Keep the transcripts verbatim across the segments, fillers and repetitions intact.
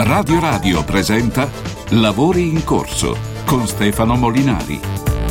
Radio Radio presenta Lavori in corso con Stefano Molinari.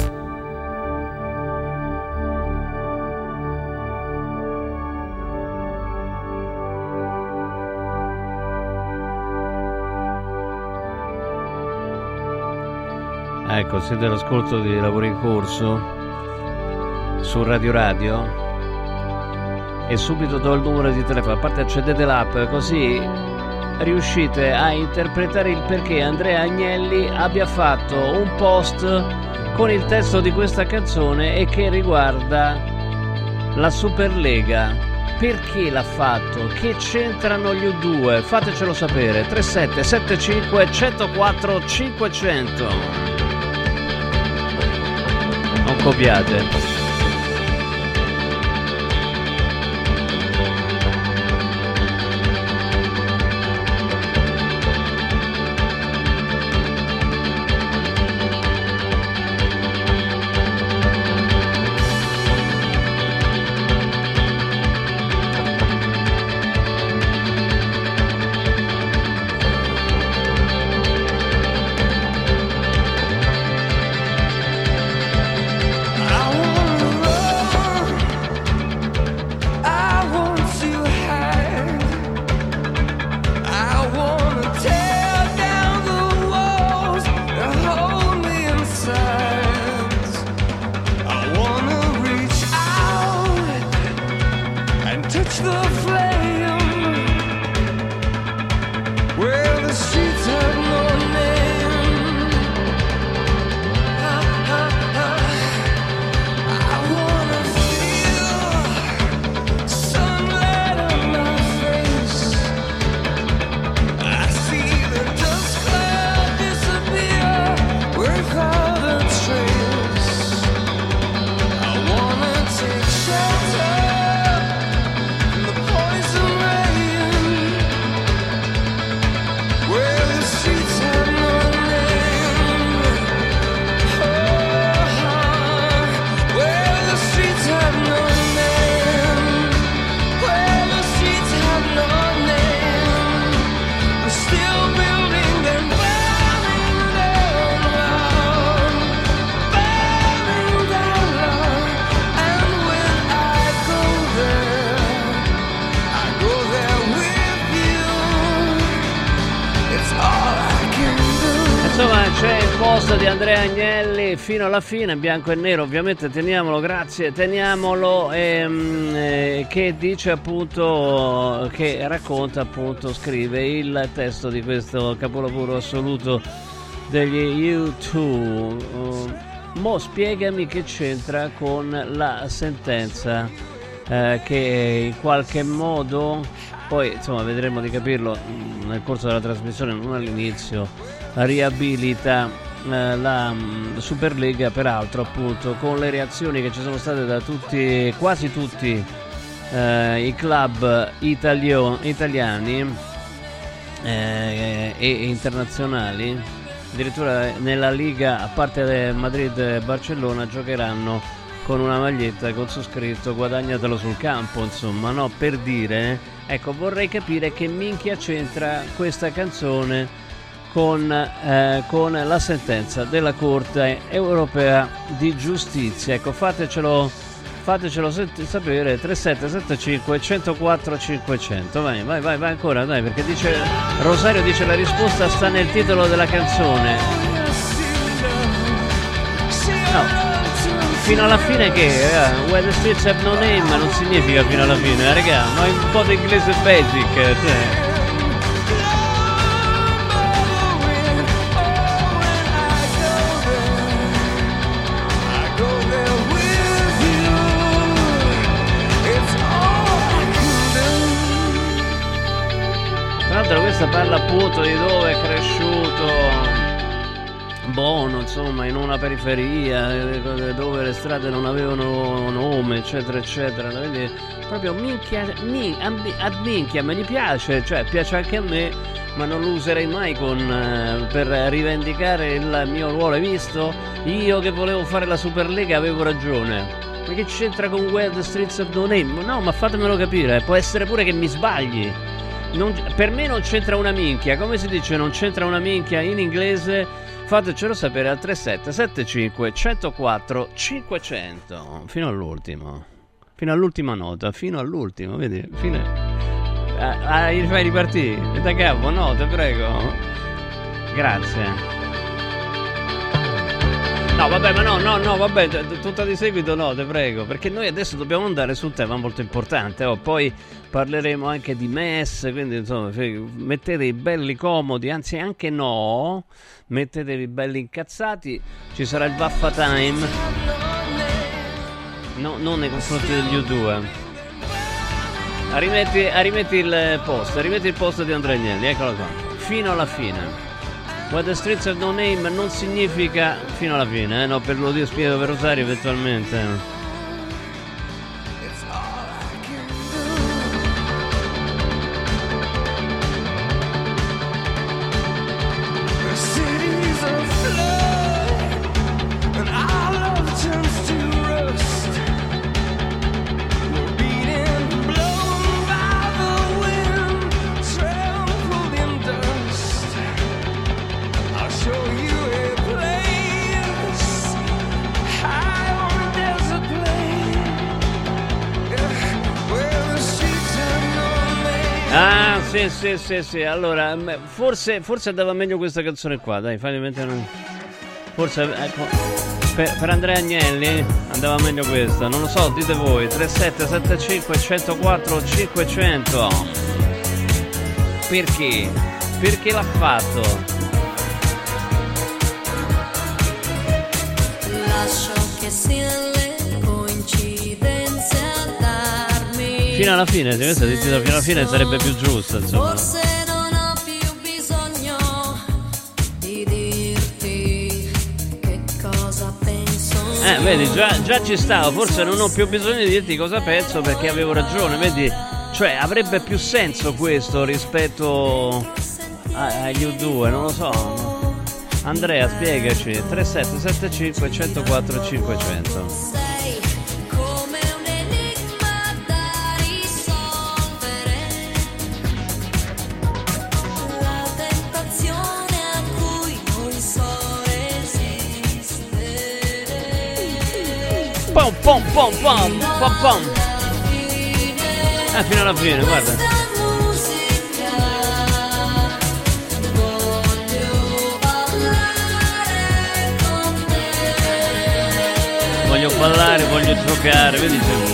Ecco, siete all'ascolto di Lavori in corso su Radio Radio e subito do il numero di telefono, a parte accendete l'app, così riuscite a interpretare il perché Andrea Agnelli abbia fatto un post con il testo di questa canzone e che riguarda la Superlega. Perché l'ha fatto? Che c'entrano gli U due? Fatecelo sapere. tre sette sette cinque uno zero quattro cinquecento. Non copiate. Di Andrea Agnelli fino alla fine, bianco e nero, ovviamente teniamolo, grazie, teniamolo, ehm, eh, che dice appunto, che racconta appunto, scrive il testo di questo capolavoro assoluto degli U due. Uh, mo spiegami che c'entra con la sentenza eh, che in qualche modo, poi insomma vedremo di capirlo nel corso della trasmissione, non all'inizio, riabilita la Superlega, peraltro appunto con le reazioni che ci sono state da tutti, quasi tutti eh, i club italio, italiani eh, e internazionali. Addirittura nella Liga, a parte Madrid e Barcellona, giocheranno con una maglietta con su scritto guadagnatelo sul campo, insomma, no, per dire. Ecco, vorrei capire che minchia c'entra questa canzone Con, eh, con la sentenza della Corte Europea di Giustizia. Ecco, fatecelo, fatecelo sent- sapere. Tre sette sette cinque uno zero quattro cinquecento. Vai, vai, vai, vai ancora, dai, perché dice Rosario dice la risposta sta nel titolo della canzone. No, fino alla fine che eh, Where the Streets Have No Name non significa fino alla fine, eh, raga, ma è un po' di inglese basic, cioè. Questa parla appunto di dove è cresciuto Bono, insomma, in una periferia dove le strade non avevano nome, eccetera eccetera. Quindi proprio minchia, min, ad minchia, me gli piace, cioè piace anche a me, ma non lo userei mai con, eh, per rivendicare il mio ruolo. Hai visto? Io che volevo fare la Superlega avevo ragione. Ma che c'entra con Where the Streets Have No Name? No, ma fatemelo capire, può essere pure che mi sbagli. non, per me non c'entra una minchia. Come si dice non c'entra una minchia in inglese? Fatecelo sapere al tre sette sette cinque uno zero quattro cinquecento. Fino all'ultimo. Fino all'ultima nota. Fino all'ultimo, vedi? Fino a, a, a fai ripartire. Da capo, no, te prego. Grazie. No, vabbè, ma no, no, no, vabbè, tutta di seguito no, te prego, perché noi adesso dobbiamo andare su un tema molto importante, oh, poi parleremo anche di M E S, quindi insomma, mettetevi belli comodi, anzi anche no, mettetevi belli incazzati, ci sarà il Vaffa Time, no, non nei confronti degli U due. Rimetti, rimetti il post, rimetti il post di Andrea Agnelli, eccolo qua, fino alla fine. Where the streets have no name non significa fino alla fine, eh? No, per lo Dio spiedo per Rosario eventualmente. Ah, sì, sì, sì, sì. Allora, forse, forse andava meglio questa canzone qua, dai, fai diventare un... Forse, ecco, per, per Andrea Agnelli andava meglio questa, non lo so, dite voi. Tre sette sette cinque uno zero quattro cinquecento. Perché? Perché l'ha fatto? Lascio che siano le coincidenze a darmi. Fino alla fine, se questa zitta fino alla fine sarebbe più giusta, insomma. Forse non ho più bisogno di dirti che cosa penso. Eh, vedi, già, già ci stavo, forse non ho più bisogno di dirti cosa penso perché avevo ragione, vedi? Cioè, avrebbe più senso questo rispetto a, agli U due, non lo so. Andrea, spiegaci. tre sette sette cinque uno zero quattro cinquecento. Pom pom pom pom pom pom. Ah, fino alla fine, guarda. Voglio ballare, voglio giocare, vedi se...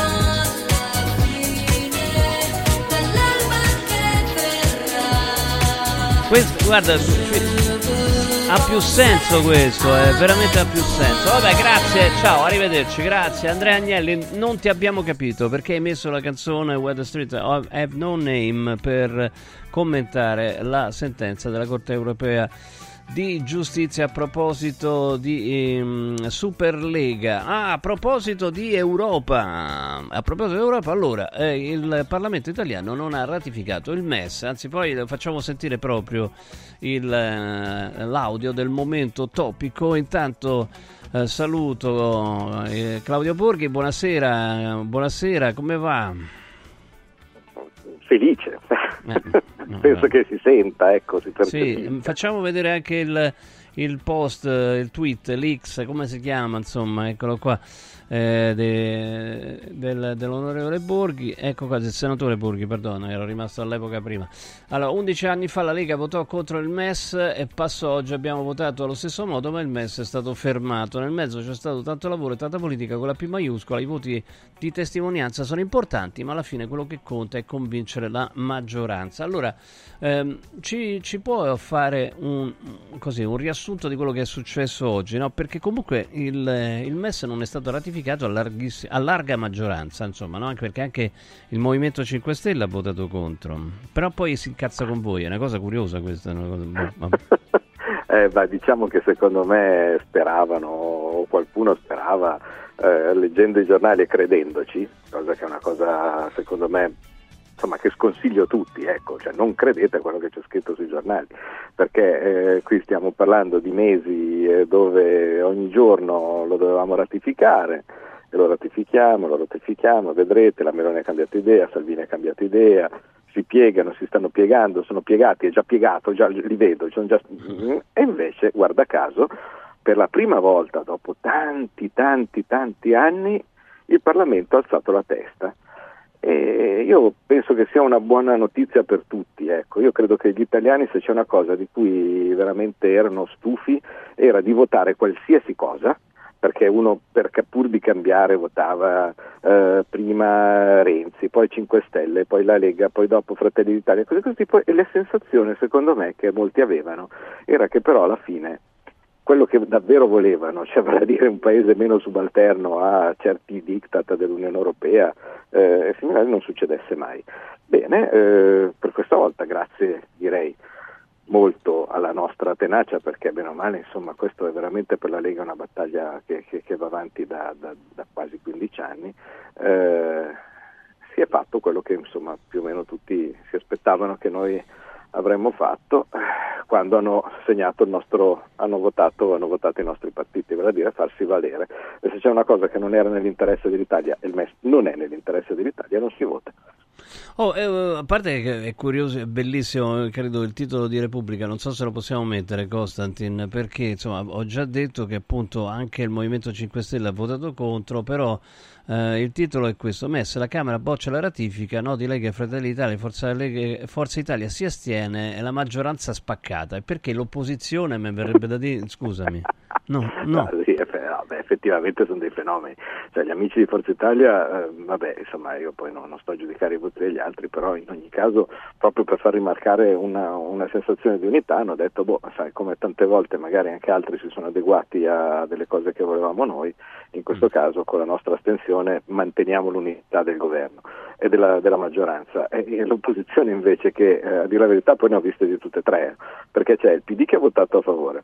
Questo, guarda, ha più senso questo, eh, veramente ha più senso. Vabbè, grazie, ciao, arrivederci, grazie. Andrea Agnelli, non ti abbiamo capito perché hai messo la canzone Where the Street Have No Name per commentare la sentenza della Corte Europea di Giustizia a proposito di ehm, Superlega. Ah, a proposito di Europa, a proposito di Europa, allora eh, il Parlamento italiano non ha ratificato il M E S, anzi poi facciamo sentire proprio il, eh, l'audio del momento topico. Intanto eh, saluto eh, Claudio Borghi, buonasera, buonasera, come va? Felice, eh, no, penso no. Che si senta, ecco, si percepisca. Sì, facciamo vedere anche il, il post, il tweet, l'X, come si chiama, insomma, eccolo qua, eh, de, del, dell'onorevole Borghi, ecco qua, del senatore Borghi, perdono, ero rimasto all'epoca prima. Allora, undici anni fa la Lega votò contro il M E S e passò, oggi abbiamo votato allo stesso modo, ma il M E S è stato fermato. Nel mezzo c'è stato tanto lavoro e tanta politica con la P maiuscola, i voti di testimonianza sono importanti, ma alla fine quello che conta è convincere la maggioranza. Allora, ehm, ci, ci può fare un, così, un riassunto di quello che è successo oggi, no? Perché comunque il, il M E S non è stato ratificato a, a larga maggioranza, insomma, no? Anche perché anche il Movimento cinque Stelle ha votato contro, però poi si incazza con voi, è una cosa curiosa questa, una cosa... Boh, eh, beh, diciamo che secondo me speravano, o qualcuno sperava, eh, leggendo i giornali e credendoci, cosa che è una cosa secondo me, insomma, che sconsiglio a tutti, ecco, cioè non credete a quello che c'è scritto sui giornali, perché eh, qui stiamo parlando di mesi eh, dove ogni giorno lo dovevamo ratificare, e lo ratifichiamo, lo ratifichiamo, vedrete, la Meloni ha cambiato idea, Salvini ha cambiato idea, si piegano, si stanno piegando, sono piegati, è già piegato, già li vedo, sono già... e invece, guarda caso, per la prima volta dopo tanti, tanti, tanti anni il Parlamento ha alzato la testa. E io penso che sia una buona notizia per tutti, ecco. Io credo che gli italiani, se c'è una cosa di cui veramente erano stufi, era di votare qualsiasi cosa, perché uno perché pur di cambiare votava eh, prima Renzi, poi cinque Stelle, poi la Lega, poi dopo Fratelli d'Italia, così così, poi, e la sensazione secondo me che molti avevano era che però alla fine quello che davvero volevano, cioè vale a dire un paese meno subalterno a certi diktat dell'Unione Europea, eh, finché non succedesse mai. Bene, eh, per questa volta grazie direi molto alla nostra tenacia, perché bene o male insomma questo è veramente per la Lega una battaglia che, che, che va avanti da, da, da quasi quindici anni, eh, si è fatto quello che insomma più o meno tutti si aspettavano che noi avremmo fatto quando hanno segnato il nostro, hanno votato, hanno votato i nostri partiti, vale a dire farsi valere. E se c'è una cosa che non era nell'interesse dell'Italia, il M E S non è nell'interesse dell'Italia, non si vota. Oh, eh, a parte che è curioso, è bellissimo, credo il titolo di Repubblica, non so se lo possiamo mettere, Costantin, perché insomma ho già detto che appunto anche il Movimento cinque Stelle ha votato contro, però eh, il titolo è questo: M E S, la Camera boccia la ratifica, no di Lega e Fratelli d'Italia, Forza, Lega, Forza Italia si astiene e la maggioranza spaccata. E perché l'opposizione, mi verrebbe da dire, scusami, no, no. no sì, no beh, effettivamente sono dei fenomeni, cioè gli amici di Forza Italia, eh, vabbè insomma io poi no, non sto a giudicare i voti degli altri, però in ogni caso proprio per far rimarcare una, una sensazione di unità hanno detto boh, sai, come tante volte magari anche altri si sono adeguati a delle cose che volevamo noi, in questo mm. caso con la nostra astensione manteniamo l'unità del governo e della, della maggioranza, e, e l'opposizione invece che eh, a dire la verità poi ne ho viste di tutte e tre, perché c'è il P D che ha votato a favore,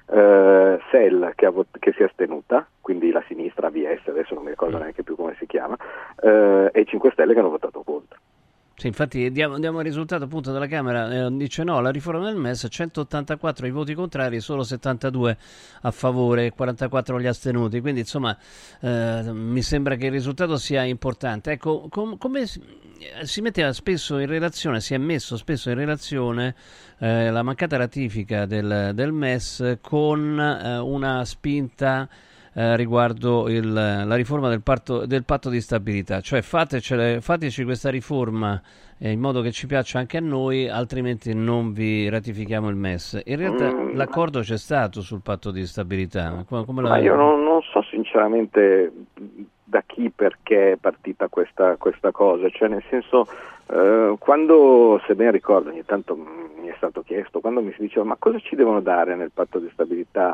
Uh, S E L che, ha vot- che si è astenuta, quindi la sinistra A V S, adesso non mi ricordo neanche più come si chiama, uh, e i cinque Stelle che hanno votato contro. Sì, infatti diamo, diamo il risultato appunto della Camera, eh, dice no alla riforma del M E S, centottantaquattro i voti contrari, solo settantadue a favore, quarantaquattro gli astenuti, quindi insomma eh, mi sembra che il risultato sia importante. Ecco, com- come si, si metteva spesso in relazione, si è messo spesso in relazione eh, la mancata ratifica del, del M E S con eh, una spinta Eh, riguardo il, la riforma del, parto, del patto di stabilità, cioè fatecele, fateci questa riforma eh, in modo che ci piaccia anche a noi, altrimenti non vi ratifichiamo il M E S. In realtà mm. l'accordo c'è stato sul patto di stabilità. Come, come Ma la... io non, non so sinceramente da chi, perché è partita questa, questa cosa, cioè nel senso eh, quando, se ben ricordo, ogni tanto mi è stato chiesto, quando mi si diceva ma cosa ci devono dare nel patto di stabilità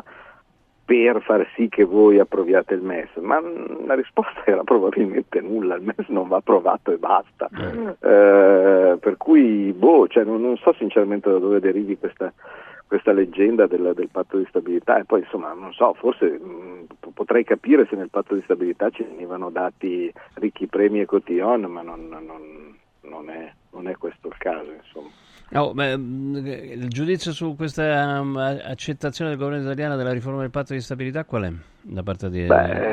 per far sì che voi approviate il M E S, ma la risposta era probabilmente nulla, il M E S non va approvato e basta, mm. eh, per cui boh, cioè non, non so sinceramente da dove derivi questa, questa leggenda del, del patto di stabilità, e poi insomma non so, forse mh, potrei capire se nel patto di stabilità ci venivano dati ricchi premi e cotillon, ma non, non, non, è, non è questo il caso, insomma. Oh, beh, il giudizio su questa um, accettazione del governo italiano della riforma del patto di stabilità qual è da parte di Beh,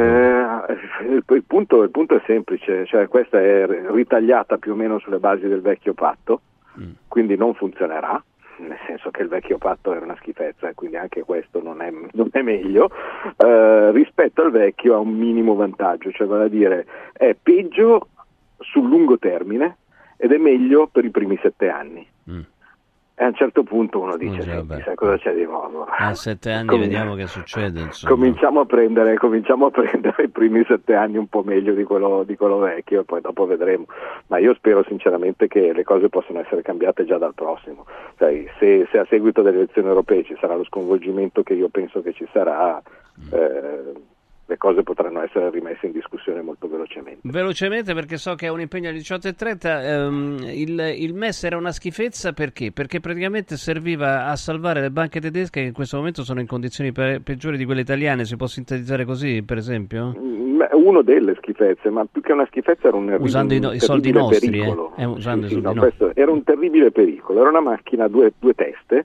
eh, il, il, punto, il punto è semplice, cioè questa è ritagliata più o meno sulle basi del vecchio patto, mm. quindi non funzionerà, nel senso che il vecchio patto era una schifezza e quindi anche questo non è, non è meglio, eh, rispetto al vecchio ha un minimo vantaggio, cioè vale a dire è peggio sul lungo termine ed è meglio per i primi sette anni. Mm. E a un certo punto uno dice, senti, sai cosa c'è di nuovo? A sette anni Com- vediamo che succede. Insomma. Cominciamo a prendere, cominciamo a prendere i primi sette anni un po' meglio di quello, di quello vecchio e poi dopo vedremo. Ma io spero sinceramente che le cose possano essere cambiate già dal prossimo. Cioè, se, se a seguito delle elezioni europee ci sarà lo sconvolgimento che io penso che ci sarà, mm. eh, le cose potranno essere rimesse in discussione molto velocemente. Velocemente, perché so che è un impegno alle diciotto e trenta. Um, il, il M E S era una schifezza perché? Perché praticamente serviva a salvare le banche tedesche che in questo momento sono in condizioni pe- peggiori di quelle italiane. Si può sintetizzare così, per esempio? Uno delle schifezze, ma più che una schifezza era un, usando un i, no- i soldi nostri, pericolo. Eh? Eh, usando sì, i soldi sì, no, nostri. Questo era un terribile pericolo. Era una macchina a due, due teste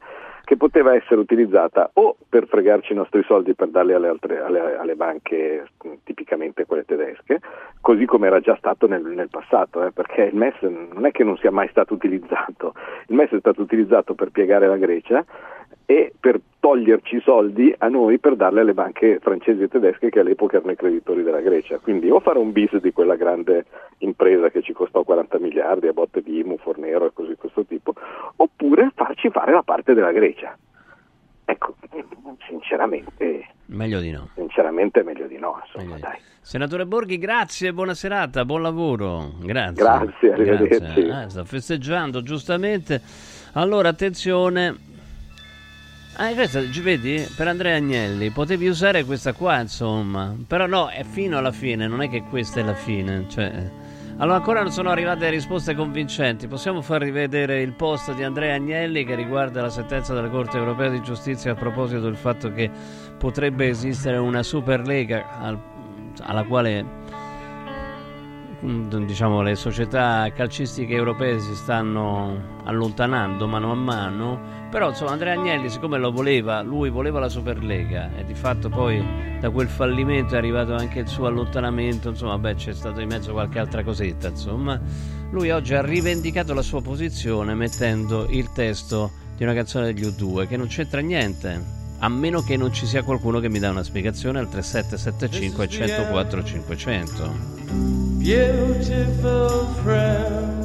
che poteva essere utilizzata o per fregarci i nostri soldi per darli alle, altre, alle, alle banche, tipicamente quelle tedesche, così come era già stato nel, nel passato, eh, perché il M E S non è che non sia mai stato utilizzato, il M E S è stato utilizzato per piegare la Grecia e per toglierci i soldi a noi per darli alle banche francesi e tedesche che all'epoca erano i creditori della Grecia. Quindi o fare un bis di quella grande impresa che ci costò quaranta miliardi a botte di I M U, Fornero e così questo tipo, oppure farci fare la parte della Grecia. Ecco, sinceramente meglio di no. Sinceramente meglio di no, insomma, Meglio dai. Senatore Borghi, grazie, buona serata, buon lavoro. Grazie. Grazie, arrivederci. Grazie. Eh, sta festeggiando giustamente. Allora, attenzione. Ah, questa, ci vedi? Per Andrea Agnelli potevi usare questa qua, insomma. Però no, è fino alla fine, non è che questa è la fine. Cioè, allora, ancora non sono arrivate risposte convincenti. Possiamo far rivedere il post di Andrea Agnelli che riguarda la sentenza della Corte Europea di Giustizia a proposito del fatto che potrebbe esistere una Superlega al, alla quale, diciamo, le società calcistiche europee si stanno allontanando mano a mano. Però insomma Andrea Agnelli, siccome lo voleva, lui voleva la Superlega e di fatto poi da quel fallimento è arrivato anche il suo allontanamento, insomma beh, c'è stato in mezzo qualche altra cosetta, insomma lui oggi ha rivendicato la sua posizione mettendo il testo di una canzone degli U due che non c'entra niente, a meno che non ci sia qualcuno che mi dà una spiegazione al tre sette sette cinque uno zero quattro cinquecento. Beautiful friend,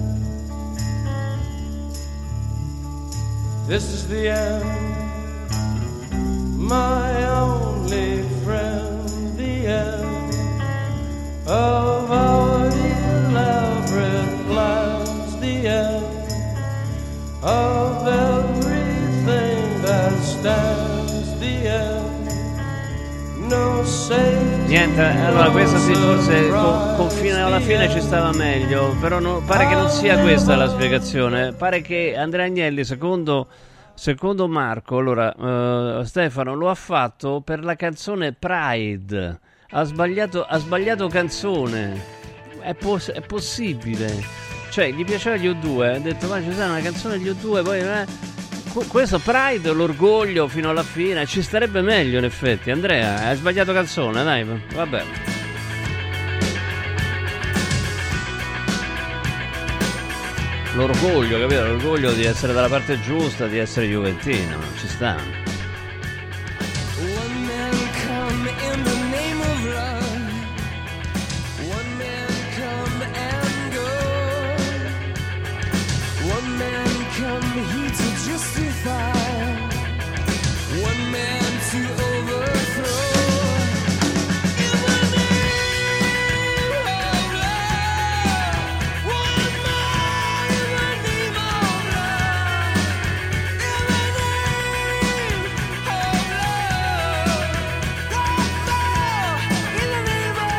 this is the end, my only friend, the end of our elaborate plans, the end of everything that stands, the end, no safety. Niente, allora questa sì, forse con, con fine alla fine ci stava meglio, però no, pare che non sia questa la spiegazione. Pare che Andrea Agnelli, secondo, secondo Marco, allora uh, Stefano, lo ha fatto per la canzone Pride, ha sbagliato, ha sbagliato canzone, è, pos- è possibile, cioè gli piaceva gli U due, ha detto ma ci sarà una canzone degli U due, poi eh, questo Pride, l'orgoglio fino alla fine, ci starebbe meglio in effetti. Andrea, hai sbagliato canzone, dai, vabbè. L'orgoglio, capito? L'orgoglio di essere dalla parte giusta, di essere juventino, ci sta. One man come in the name of love, one man come and go, one man come here to justify, one man to overthrow. In the name of love, one man in the name of love, in the name of love, one man in the name of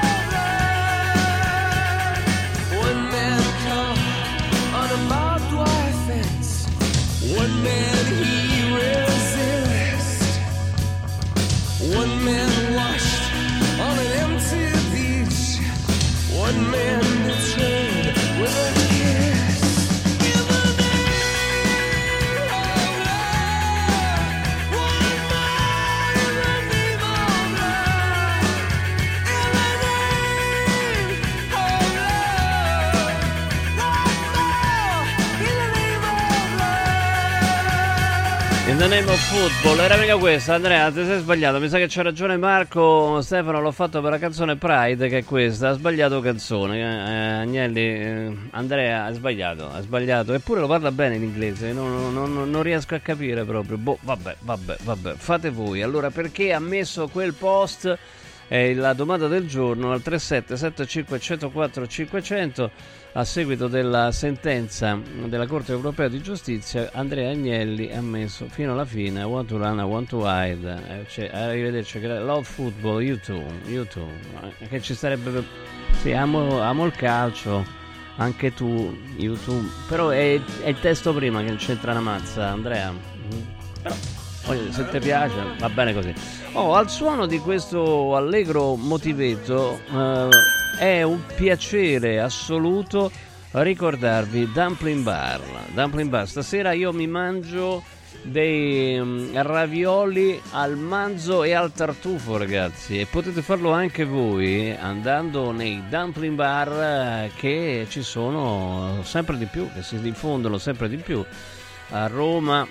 love. One man come on a barbed wire fence, one man he resists, one man washed on an empty beach, one man betrayed with a kiss. In the name of love, one man in the name of love, in the name of love, one man in the name of love. In the name of football, era mica questa, Andrea, ti sei sbagliato, mi sa che c'ha ragione Marco. Stefano, l'ho fatto per la canzone Pride, che è questa, ha sbagliato canzone, eh, Agnelli, eh, Andrea, ha sbagliato, ha sbagliato, eppure lo parla bene in inglese, non, non, non riesco a capire proprio, boh, vabbè, vabbè, vabbè, fate voi. Allora, perché ha messo quel post? È la domanda del giorno al tre sette sette cinque uno zero quattro cinquecento. A seguito della sentenza della Corte Europea di Giustizia, Andrea Agnelli ha messo fino alla fine I want to run, I want to hide, eh, cioè, arrivederci, love football, you too, you too, eh, che ci sarebbe, sì, amo, amo il calcio, anche tu, you too, però è, è il testo prima che non c'entra una mazza, Andrea, però se ti piace va bene così. Oh, al suono di questo allegro motivetto eh, è un piacere assoluto ricordarvi Dumpling Bar. Dumpling Bar, stasera io mi mangio dei um, ravioli al manzo e al tartufo, ragazzi, e potete farlo anche voi andando nei dumpling bar eh, che ci sono sempre di più, che si diffondono sempre di più a Roma,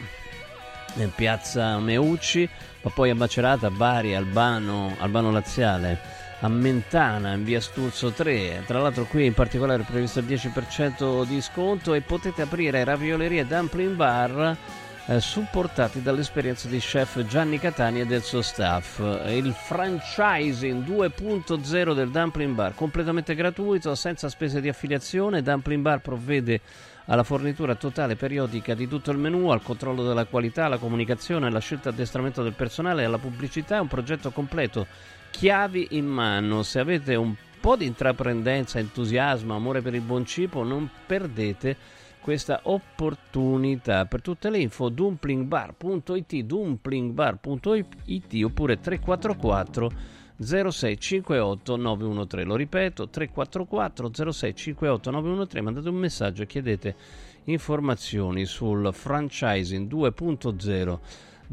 in piazza Meucci, ma poi a Macerata, a Bari, Albano, Albano Laziale, a Mentana in via Sturzo tre. Tra l'altro qui in particolare è previsto il dieci per cento di sconto e potete aprire raviolerie dumpling bar eh, supportati dall'esperienza di chef Gianni Catani e del suo staff. Il franchising due punto zero del dumpling bar, completamente gratuito, senza spese di affiliazione. Dumpling bar provvede alla fornitura totale periodica di tutto il menù, al controllo della qualità, alla comunicazione, alla scelta e addestramento del personale e alla pubblicità. È un progetto completo, chiavi in mano. Se avete un po' di intraprendenza, entusiasmo, amore per il buon cibo, non perdete questa opportunità. Per tutte le info dumplingbar punto it, dumplingbar punto it oppure tre quattro quattro zero sei cinque otto nove uno tre. Lo ripeto, tre quattro quattro zero sei cinque otto nove uno tre. Mandate un messaggio e chiedete informazioni sul franchising due punto zero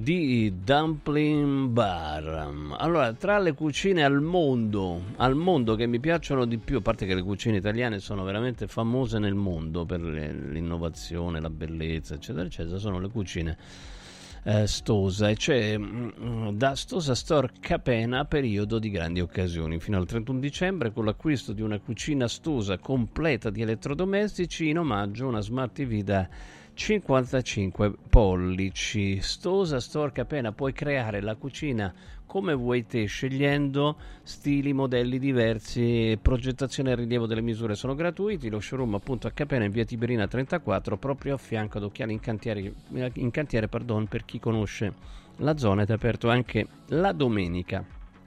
di Dumpling Bar. Allora, tra le cucine al mondo, al mondo che mi piacciono di più, a parte che le cucine italiane sono veramente famose nel mondo per l'innovazione, la bellezza, eccetera, eccetera, sono le cucine Eh, Stosa, e c'è mh, da Stosa Store Capena periodo di grandi occasioni fino al trentuno dicembre, con l'acquisto di una cucina Stosa completa di elettrodomestici, in omaggio una Smart T V da cinquantacinque pollici. Stosa Store Capena, puoi creare la cucina come vuoi te, scegliendo stili, modelli diversi. Progettazione e rilievo delle misure sono gratuiti. Lo showroom appunto a Capena in via Tiberina trentaquattro, proprio a fianco ad Occhiali in Cantiere, in cantiere pardon, per chi conosce la zona, ed è aperto anche la domenica.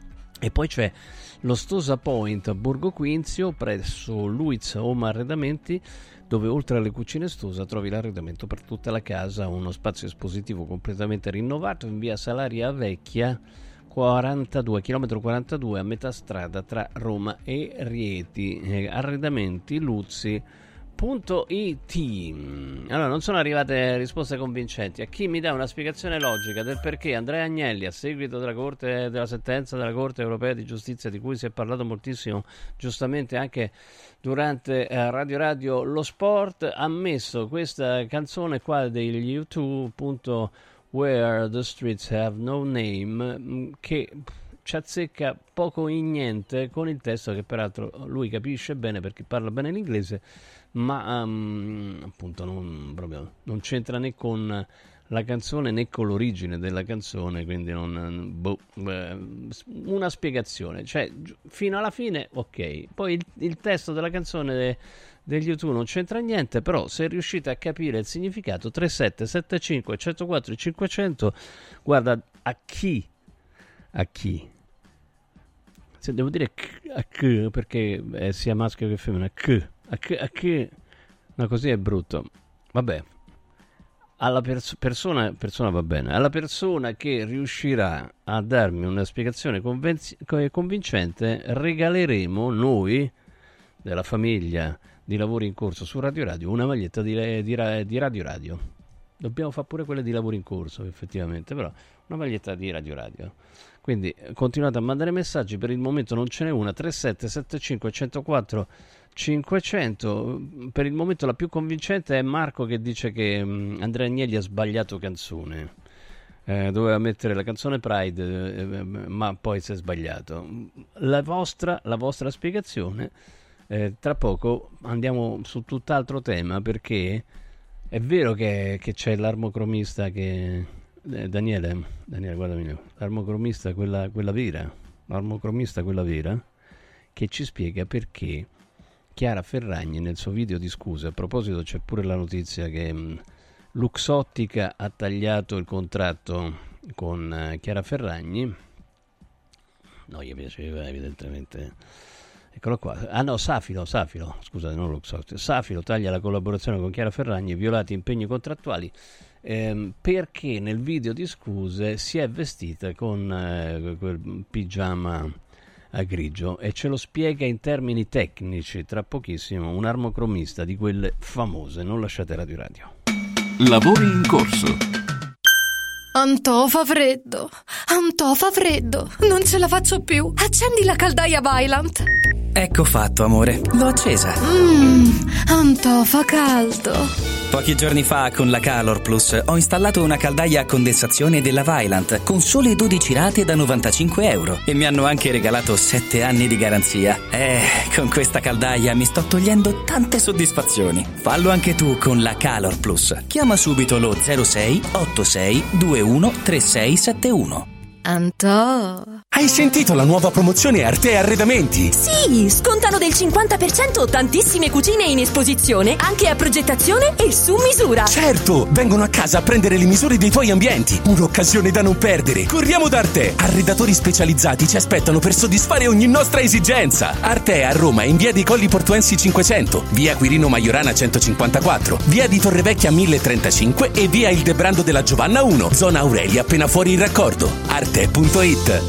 E poi c'è lo Stosa Point a Borgo Quinzio presso Luiz Home Arredamenti, dove oltre alle cucine Stosa trovi l'arredamento per tutta la casa, uno spazio espositivo completamente rinnovato in via Salaria Vecchia quarantadue, chilometro quarantadue, a metà strada tra Roma e Rieti. eh, arredamenti Luzzi punto it. Allora, non sono arrivate risposte convincenti. A chi mi dà una spiegazione logica del perché Andrea Agnelli, a seguito della corte della sentenza della Corte Europea di Giustizia, di cui si è parlato moltissimo giustamente anche durante eh, Radio Radio Lo Sport, ha messo questa canzone qua degli U due, appunto Where the Streets Have No Name, che ci azzecca poco in niente con il testo, che peraltro lui capisce bene perché parla bene l'inglese, ma um, appunto non, proprio, non c'entra né con la canzone né con l'origine della canzone, quindi non, boh, eh, una spiegazione, cioè fino alla fine ok, poi il, il testo della canzone de, degli U due non c'entra niente, però se riuscite a capire il significato, tre sette sette cinque uno zero quattro cinquecento, guarda, a chi a chi se devo dire a chi, perché è sia maschio che femmina, chi a chi, a chi, no, così è brutto, vabbè, alla pers- persona persona va bene, alla persona che riuscirà a darmi una spiegazione convenzi- convincente regaleremo noi della famiglia di Lavori in Corso su Radio Radio una maglietta di, di, di Radio Radio. Dobbiamo fare pure quelle di Lavori in Corso effettivamente, però una maglietta di Radio Radio. Quindi continuate a mandare messaggi, per il momento non ce n'è una. Tre sette sette cinque uno zero quattro cinquecento. Per il momento la più convincente è Marco, che dice che um, Andrea Agnelli ha sbagliato canzone, eh, doveva mettere la canzone Pride, eh, ma poi si è sbagliato. La vostra, la vostra spiegazione, eh, tra poco andiamo su tutt'altro tema, perché è vero che, che c'è l'armocromista che eh, Daniele Daniele guardami, l'armocromista quella, quella vera l'armocromista quella vera che ci spiega perché Chiara Ferragni nel suo video di scuse, a proposito c'è pure la notizia che mh, Luxottica ha tagliato il contratto con uh, Chiara Ferragni, no, gli piaceva evidentemente, eccolo qua, ah no, Safilo, Safilo, scusate, non Luxottica, Safilo taglia la collaborazione con Chiara Ferragni, violati impegni contrattuali, ehm, perché nel video di scuse si è vestita con eh, quel pigiama a grigio, e ce lo spiega in termini tecnici tra pochissimo un armocromista di quelle famose. Non lasciate Radio Radio. Lavori in corso. Antò fa freddo, Antò fa freddo, non ce la faccio più. Accendi la caldaia Vaillant. Ecco fatto, amore, l'ho accesa. Mmm, Antò fa caldo. Pochi giorni fa con la Calor Plus ho installato una caldaia a condensazione della Vaillant con sole dodici rate da novantacinque euro e mi hanno anche regalato sette anni di garanzia. Eh, con questa caldaia mi sto togliendo tante soddisfazioni. Fallo anche tu con la Calor Plus. Chiama subito lo zero sei otto sei due uno tre sei sette uno. Antò. Hai sentito la nuova promozione Arte Arredamenti? Sì, scontano del cinquanta per cento tantissime cucine in esposizione, anche a progettazione e su misura. Certo, vengono a casa a prendere le misure dei tuoi ambienti. Un'occasione da non perdere. Corriamo da Arte. Arredatori specializzati ci aspettano per soddisfare ogni nostra esigenza. Arte a Roma in via dei Colli Portuensi cinquecento, via Quirino Maiorana centocinquantaquattro, via di Torrevecchia mille e trentacinque e via Il Debrando della Giovanna uno, zona Aurelia appena fuori il raccordo. arte punto it.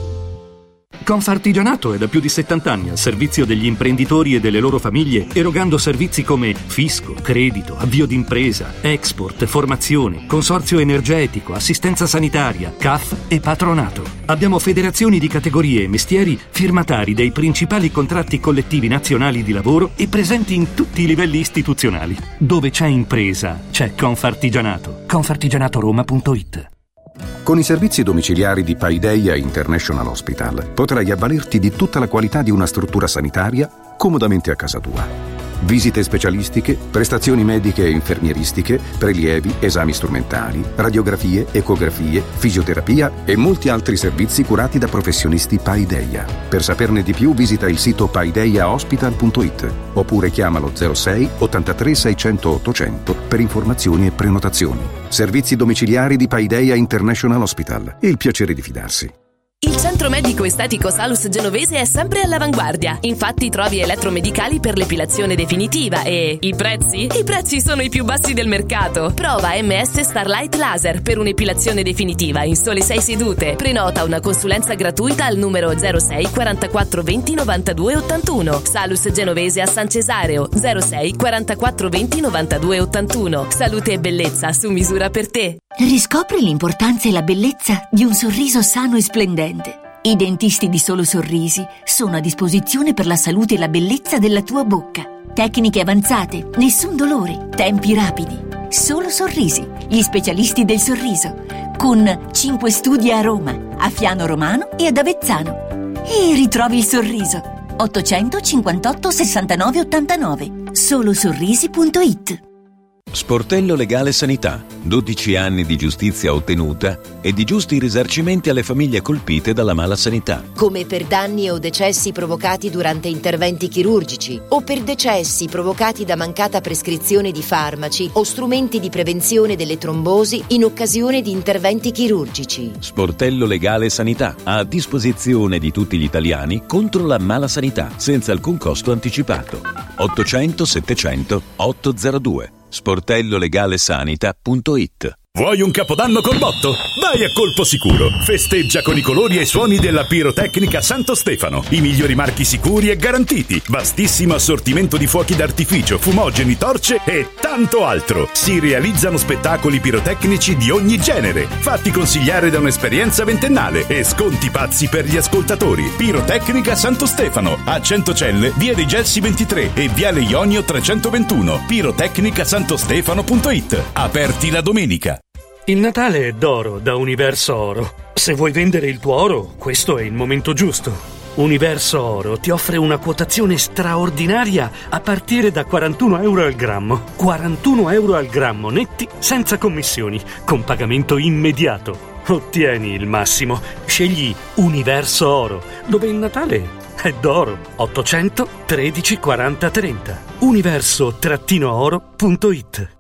Confartigianato è da più di settanta anni al servizio degli imprenditori e delle loro famiglie, erogando servizi come fisco, credito, avvio d'impresa, export, formazione, consorzio energetico, assistenza sanitaria, C A F e patronato. Abbiamo federazioni di categorie e mestieri firmatari dei principali contratti collettivi nazionali di lavoro e presenti in tutti i livelli istituzionali. Dove c'è impresa, c'è Confartigianato. Confartigianatoroma punto it. Con i servizi domiciliari di Paideia International Hospital potrai avvalerti di tutta la qualità di una struttura sanitaria comodamente a casa tua. Visite specialistiche, prestazioni mediche e infermieristiche, prelievi, esami strumentali, radiografie, ecografie, fisioterapia e molti altri servizi curati da professionisti Paideia. Per saperne di più visita il sito paideia hospital punto it oppure chiamalo zero sei ottantatré seicento ottocento per informazioni e prenotazioni. Servizi domiciliari di Paideia International Hospital. Il piacere di fidarsi. Il centro medico estetico Salus Genovese è sempre all'avanguardia. Infatti trovi elettromedicali per l'epilazione definitiva e i prezzi? I prezzi sono i più bassi del mercato. Prova M S Starlight Laser per un'epilazione definitiva in sole sei sedute. Prenota una consulenza gratuita al numero zero sei quarantaquattro venti novantadue ottantuno. Salus Genovese a San Cesareo zero sei quarantaquattro venti novantadue ottantuno. Salute e bellezza su misura per te. Riscopri l'importanza e la bellezza di un sorriso sano e splendente. I dentisti di Solo Sorrisi sono a disposizione per la salute e la bellezza della tua bocca. Tecniche avanzate, nessun dolore, tempi rapidi. Solo Sorrisi, gli specialisti del sorriso, con cinque studi a Roma, a Fiano Romano e ad Avezzano. E ritrovi il sorriso. ottocentocinquantotto sessantanove ottantanove. solo sorrisi punto it. Sportello Legale Sanità, dodici anni di giustizia ottenuta e di giusti risarcimenti alle famiglie colpite dalla mala sanità. Come per danni o decessi provocati durante interventi chirurgici o per decessi provocati da mancata prescrizione di farmaci o strumenti di prevenzione delle trombosi in occasione di interventi chirurgici. Sportello Legale Sanità, a disposizione di tutti gli italiani contro la mala sanità, senza alcun costo anticipato. ottocento settecento ottocentodue. sportello legale sanità punto it. Vuoi un capodanno col botto? Vai a Colpo Sicuro. Festeggia con i colori e i suoni della pirotecnica Santo Stefano. I migliori marchi sicuri e garantiti. Vastissimo assortimento di fuochi d'artificio, fumogeni, torce e tanto altro. Si realizzano spettacoli pirotecnici di ogni genere. Fatti consigliare da un'esperienza ventennale e sconti pazzi per gli ascoltatori. Pirotecnica Santo Stefano. A Centocelle, via dei Gelsi ventitré e viale Ionio trecentoventuno. pirotecnica santo stefano punto it. Aperti la domenica. Il Natale è d'oro da Universo Oro. Se vuoi vendere il tuo oro, questo è il momento giusto. Universo Oro ti offre una quotazione straordinaria a partire da quarantuno euro al grammo. quarantuno euro al grammo netti, senza commissioni, con pagamento immediato. Ottieni il massimo. Scegli Universo Oro, dove il Natale è d'oro. ottocento tredici quaranta trenta. universo oro punto it.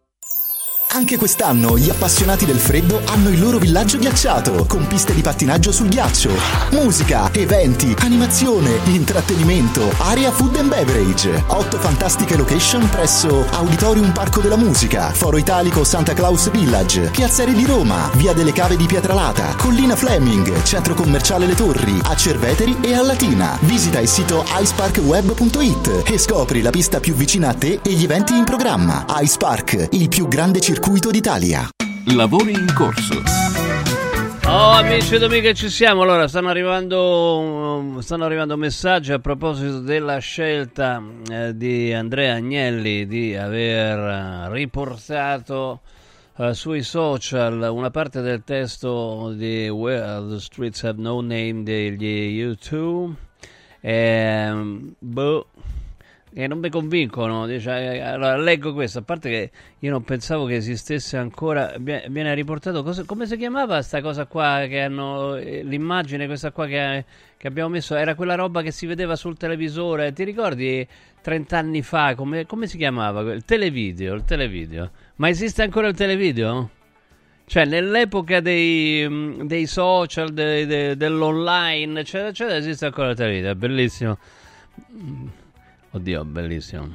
Anche quest'anno gli appassionati del freddo hanno il loro villaggio ghiacciato, con piste di pattinaggio sul ghiaccio, musica, eventi, animazione, intrattenimento, area food and beverage, otto fantastiche location presso Auditorium Parco della Musica, Foro Italico Santa Claus Village, Piazzere di Roma, Via delle Cave di Pietralata, Collina Fleming, Centro Commerciale Le Torri, a Cerveteri e a Latina. Visita il sito ice park web punto it e scopri la pista più vicina a te e gli eventi in programma. Ice Park, il più grande circuito d'Italia. lavori in corso. Oh amici ed amiche, ci siamo. Allora stanno arrivando stanno arrivando messaggi a proposito della scelta eh, di Andrea Agnelli di aver riportato eh, sui social una parte del testo di Where the Streets Have No Name degli U due. Eh, boh, che non mi convincono, dice, allora leggo questo, a parte che io non pensavo che esistesse ancora, viene riportato, cosa, come si chiamava sta cosa qua che hanno, l'immagine questa qua che, che abbiamo messo, era quella roba che si vedeva sul televisore, ti ricordi trent'anni fa, come, come si chiamava? Il televideo, il televideo, ma esiste ancora il televideo? Cioè nell'epoca dei, dei social, de, de, dell'online, eccetera, eccetera, esiste ancora il televideo, è bellissimo. Oddio, bellissimo.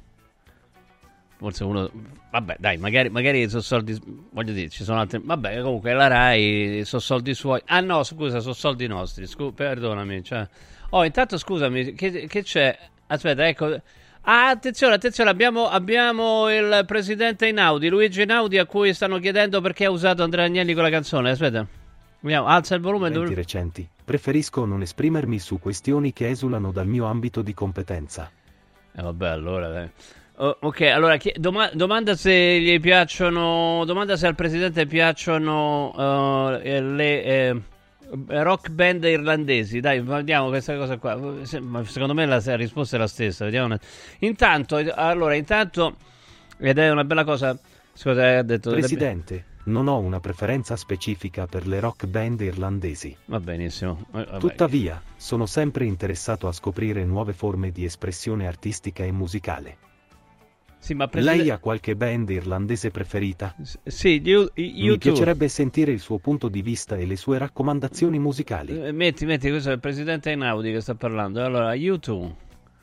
Forse uno... Vabbè, dai, magari, magari sono soldi... Voglio dire, ci sono altri... Vabbè, comunque la Rai sono soldi suoi. Ah no, scusa, sono soldi nostri. Scu... Perdonami. Cioè... Oh, intanto scusami, che, che c'è? Aspetta, ecco... Ah, attenzione, attenzione, abbiamo, abbiamo il presidente Einaudi, Luigi Einaudi, a cui stanno chiedendo perché ha usato Andrea Agnelli con la canzone. Aspetta, vediamo, alza il volume. Eventi recenti. Preferisco non esprimermi su questioni che esulano dal mio ambito di competenza. Eh vabbè, allora dai. Oh, ok, allora chi, doma, domanda se gli piacciono, domanda se al presidente piacciono uh, le eh, rock band irlandesi. Dai, vediamo questa cosa qua. Secondo me la, la risposta è la stessa. Vediamo. Intanto, allora, intanto, ed è una bella cosa. Scusa, ha detto Presidente, non ho una preferenza specifica per le rock band irlandesi. Va benissimo. Vabbè. Tuttavia, sono sempre interessato a scoprire nuove forme di espressione artistica e musicale. Sì, ma preside... Lei ha qualche band irlandese preferita? S- sì, you, you Mi piacerebbe sentire il suo punto di vista e le sue raccomandazioni musicali. Eh, metti, metti, questo è il presidente Einaudi che sta parlando. Allora, U due.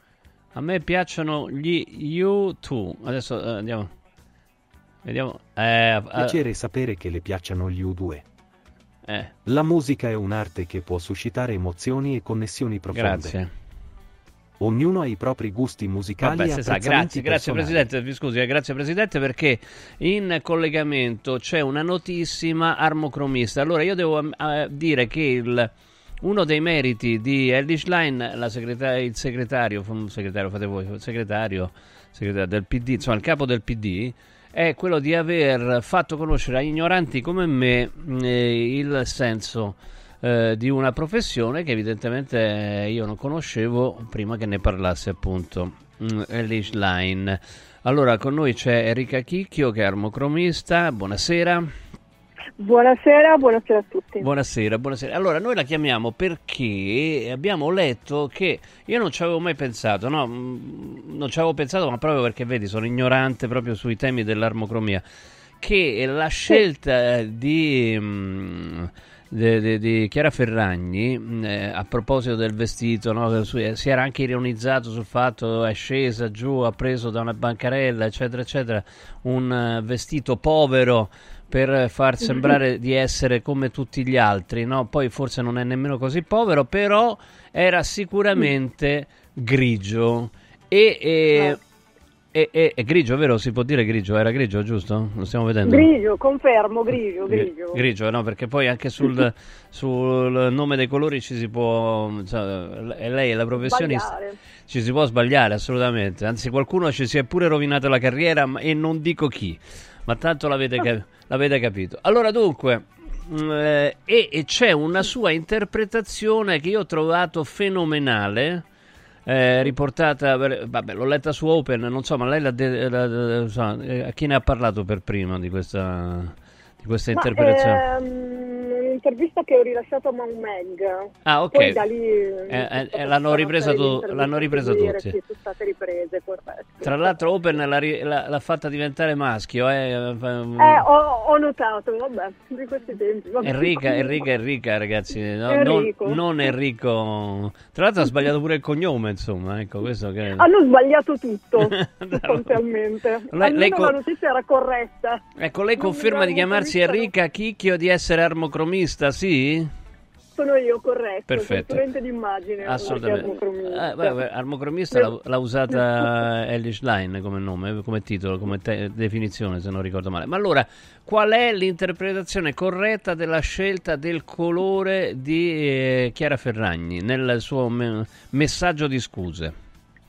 A me piacciono gli U due. Adesso eh, andiamo. Vediamo. Eh, Piacere eh. sapere che le piacciono gli U due. Eh. La musica è un'arte che può suscitare emozioni e connessioni profonde. Grazie. Ognuno ha i propri gusti musicali. Vabbè, e apprezzamenti grazie, grazie personali. Presidente, mi scusi, eh, grazie Presidente, perché in collegamento c'è una notissima armocromista. Allora io devo uh, dire che il, uno dei meriti di Elly Schlein, la segretaria, il segretario, segretario fate voi, il segretario, segretario del P D, insomma il capo del P D, è quello di aver fatto conoscere a ignoranti come me eh, il senso eh, di una professione che evidentemente io non conoscevo prima che ne parlasse appunto mm, Elly Schlein. Allora con noi c'è Enrica Chicchio che è armocromista, buonasera. Buonasera, buonasera a tutti. Buonasera, buonasera. Allora, noi la chiamiamo perché abbiamo letto che io non ci avevo mai pensato, no, non ci avevo pensato, ma proprio perché vedi, sono ignorante proprio sui temi dell'armocromia, che la scelta sì. di, di, di, di Chiara Ferragni eh, a proposito del vestito, no, si era anche ironizzato sul fatto è scesa giù, ha preso da una bancarella, eccetera, eccetera, un vestito povero per far sembrare di essere come tutti gli altri, no? Poi forse non è nemmeno così povero, però era sicuramente grigio e, e, e, e, e grigio, vero? Si può dire grigio? Era grigio, giusto? Lo stiamo vedendo? Grigio, confermo, grigio, grigio. Grigio, no? Perché poi anche sul, sul nome dei colori ci si può, cioè, lei è la professionista, sbagliare. Ci si può sbagliare assolutamente, anzi qualcuno ci si è pure rovinato la carriera e non dico chi. Ma tanto l'avete, cap- l'avete capito. Allora dunque, eh, e, e c'è una sua interpretazione che io ho trovato fenomenale, eh, riportata, per, vabbè l'ho letta su Open, non so, ma lei l'ha de- la, la, la, so, a chi ne ha parlato per prima di questa, di questa ma, interpretazione? Ehm, un'intervista che ho rilasciato a Maun Mag. Ah, ok. Poi da lì eh, eh, l'hanno ripresa, tu, l'hanno ripresa tutti. Sì, sono state riprese, corretto. Tra l'altro Open l'ha, l'ha, l'ha fatta diventare maschio. Eh, eh ho, ho notato, vabbè, di questi tempi. Vabbè. Enrica, Enrica, Enrica, ragazzi. No, Enrico. Non, non Enrico. Tra l'altro ha sbagliato pure il cognome, insomma. Ecco, questo che... Hanno sbagliato tutto, sostanzialmente. Lei, lei co- la notizia era corretta. Ecco, lei conferma di chiamarsi Enrica Chicchio, di essere armocromista, sì? sono io, corretto. Perfetto. Consulente d'immagine. Assolutamente. Armocromista. Eh, beh, beh, armocromista l'ha, l'ha usata Elish Line come nome, come titolo, come te- definizione, se non ricordo male. Ma allora, qual è l'interpretazione corretta della scelta del colore di eh, Chiara Ferragni nel suo me- messaggio di scuse?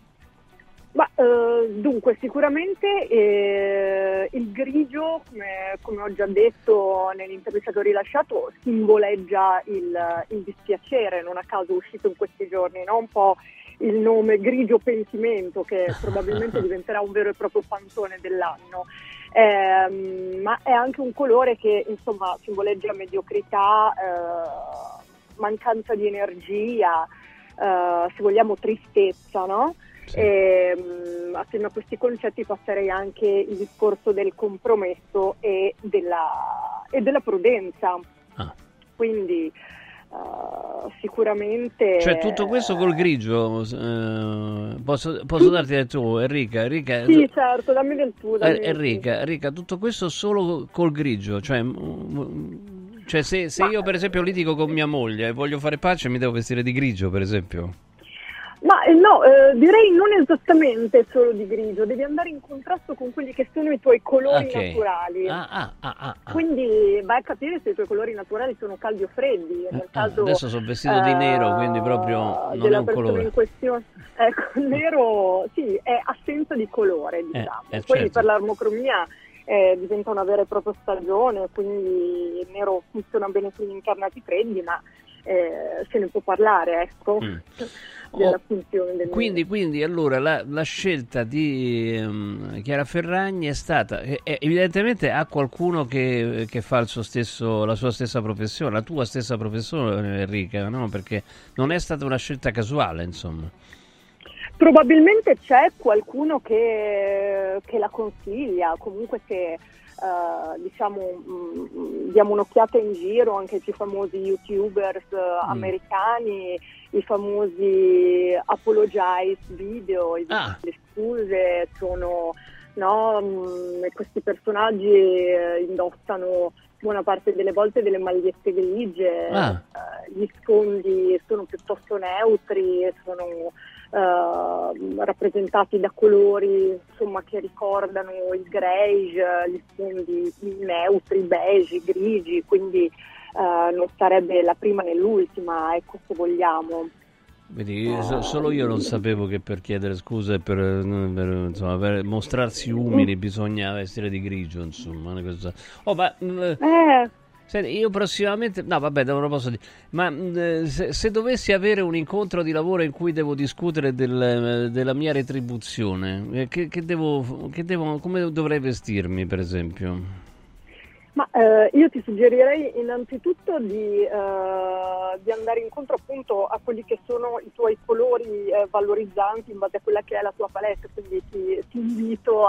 Ma eh, dunque, sicuramente eh, il grigio, come, come ho già detto nell'intervista che ho rilasciato, simboleggia il, il dispiacere, non a caso è uscito in questi giorni, no? Un po' il nome grigio pentimento, che probabilmente diventerà un vero e proprio pantone dell'anno. Eh, ma è anche un colore che insomma simboleggia mediocrità, eh, mancanza di energia, eh, se vogliamo tristezza, no? Sì. E, mh, assieme a questi concetti passerei anche il discorso del compromesso e della, e della prudenza. Ah. Quindi uh, sicuramente... Cioè tutto questo col grigio, eh, posso, posso darti del tuo, Enrica? Enrica sì, tu... certo, dammi del tuo. Dammi eh, Enrica, del Enrica, tutto questo solo col grigio, cioè... Cioè se, se io per esempio litigo con mia moglie e voglio fare pace mi devo vestire di grigio, per esempio? Ma eh, no, eh, direi non esattamente solo di grigio, devi andare in contrasto con quelli che sono i tuoi colori okay. naturali. Ah, ah, ah, ah, ah. Quindi vai a capire se i tuoi colori naturali sono caldi o freddi. Nel ah, caso, adesso sono vestito uh, di nero, quindi proprio non è un colore. In questione, ecco, il nero sì, è assenza di colore, diciamo. Eh, eh, Poi certo. per l'armocromia eh, diventa una vera e propria stagione, quindi il nero funziona bene sugli incarnati freddi, ma eh, se ne può parlare, ecco. Mm. Della oh, funzione del quindi, quindi allora la, la scelta di um, Chiara Ferragni è stata eh, evidentemente ha qualcuno che, che fa il suo stesso, la sua stessa professione, la tua stessa professione, Enrica, no? Perché non è stata una scelta casuale, insomma. Probabilmente c'è qualcuno che, che la consiglia, comunque se uh, diciamo mh, diamo un'occhiata in giro anche ai più famosi youtubers uh, mm. americani, i famosi apologize video, i ah. le scuse, sono no, mh, questi personaggi eh, indossano buona parte delle volte delle magliette grigie, ah. eh, gli sfondi sono piuttosto neutri, sono eh, rappresentati da colori insomma che ricordano il greige, gli sfondi neutri, beige, grigi, quindi Uh, non sarebbe la prima né l'ultima, ecco, se vogliamo. Vedi, uh, solo io non sapevo che per chiedere scusa e per, per, insomma, per mostrarsi umili bisogna vestire di grigio, insomma. Una cosa... Oh, ma eh. senti, io prossimamente, no vabbè, non lo posso dire, ma se, se dovessi avere un incontro di lavoro in cui devo discutere del, della mia retribuzione, che, che devo, che devo, come dovrei vestirmi, per esempio? Ma eh, io ti suggerirei innanzitutto di, eh, di andare incontro appunto a quelli che sono i tuoi colori eh, valorizzanti in base a quella che è la tua palette, quindi ti, ti invito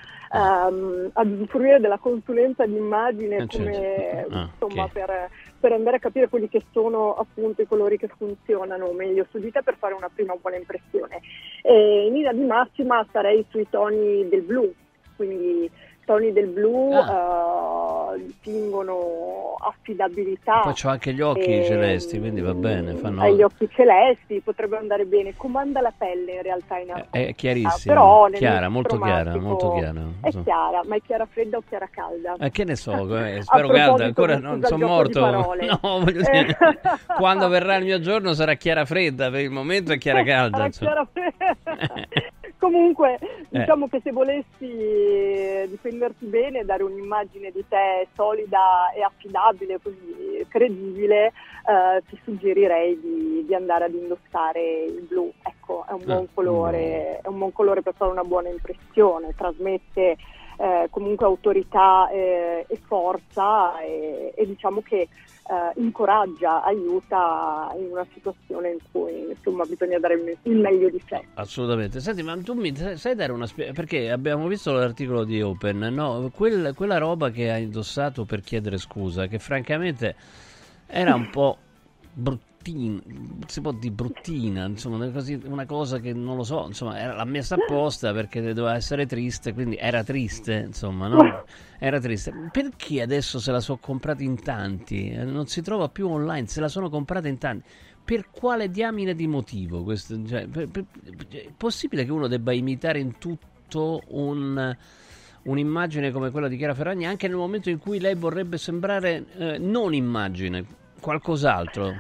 a, um, ad usufruire della consulenza d'immagine eh, come certo. ah, insomma okay. per, per andare a capire quelli che sono appunto i colori che funzionano meglio su di te per fare una prima buona impressione. E in linea di massima sarei sui toni del blu, quindi toni del blu ah. uh, distinguono affidabilità. Poi c'ho anche gli occhi e, celesti, quindi va bene. Fanno... Hai gli occhi celesti, potrebbe andare bene. Comanda la pelle in realtà in alto. È, è chiarissimo, però chiara, molto chiara, molto chiara. È chiara, ma è chiara fredda o chiara calda? Eh, che ne so, eh, spero calda, ancora non sono morto. No, voglio dire, quando verrà il mio giorno sarà chiara fredda, per il momento è chiara calda. Chiara fredda. Comunque, diciamo eh. che se volessi difenderti bene, dare un'immagine di te solida e affidabile, così credibile, eh, ti suggerirei di, di andare ad indossare il blu. Ecco, è un buon eh. colore, è un buon colore per fare una buona impressione, trasmette eh, comunque autorità eh, e forza e, e diciamo che Uh, incoraggia, aiuta in una situazione in cui insomma bisogna dare il, il meglio di sé. Assolutamente. Senti, ma tu mi sai dare una spiegazione? Perché abbiamo visto l'articolo di Open, no? Quel, quella roba che hai indossato per chiedere scusa, che francamente era un po' brutta. bruttina, si può dire bruttina, insomma, una cosa, una cosa che non lo so, insomma, era, l'ha messa apposta perché doveva essere triste, quindi era triste, insomma, no? Era triste. Perché adesso se la sono comprata in tanti? Non si trova più online, se la sono comprata in tanti. Per quale diamine di motivo? Questo, cioè, per, per, è possibile che uno debba imitare in tutto un, un'immagine come quella di Chiara Ferragni, anche nel momento in cui lei vorrebbe sembrare eh, non immagine, qualcos'altro?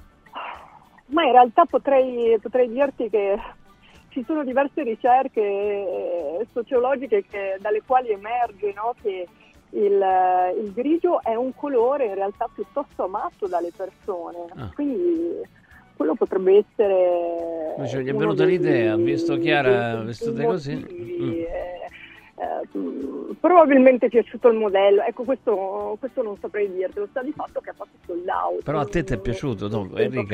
Ma in realtà potrei, potrei dirti che ci sono diverse ricerche sociologiche che, dalle quali emerge, no, che il, il grigio è un colore in realtà piuttosto amato dalle persone, ah. quindi quello potrebbe essere... Ma cioè, gli è venuta dei, l'idea, visto Chiara vestita così? Mm. Eh, eh, probabilmente è piaciuto il modello, ecco questo, questo non saprei dirtelo, sta di fatto che ha fatto sold out. Però a te ti è piaciuto, no, Enrica?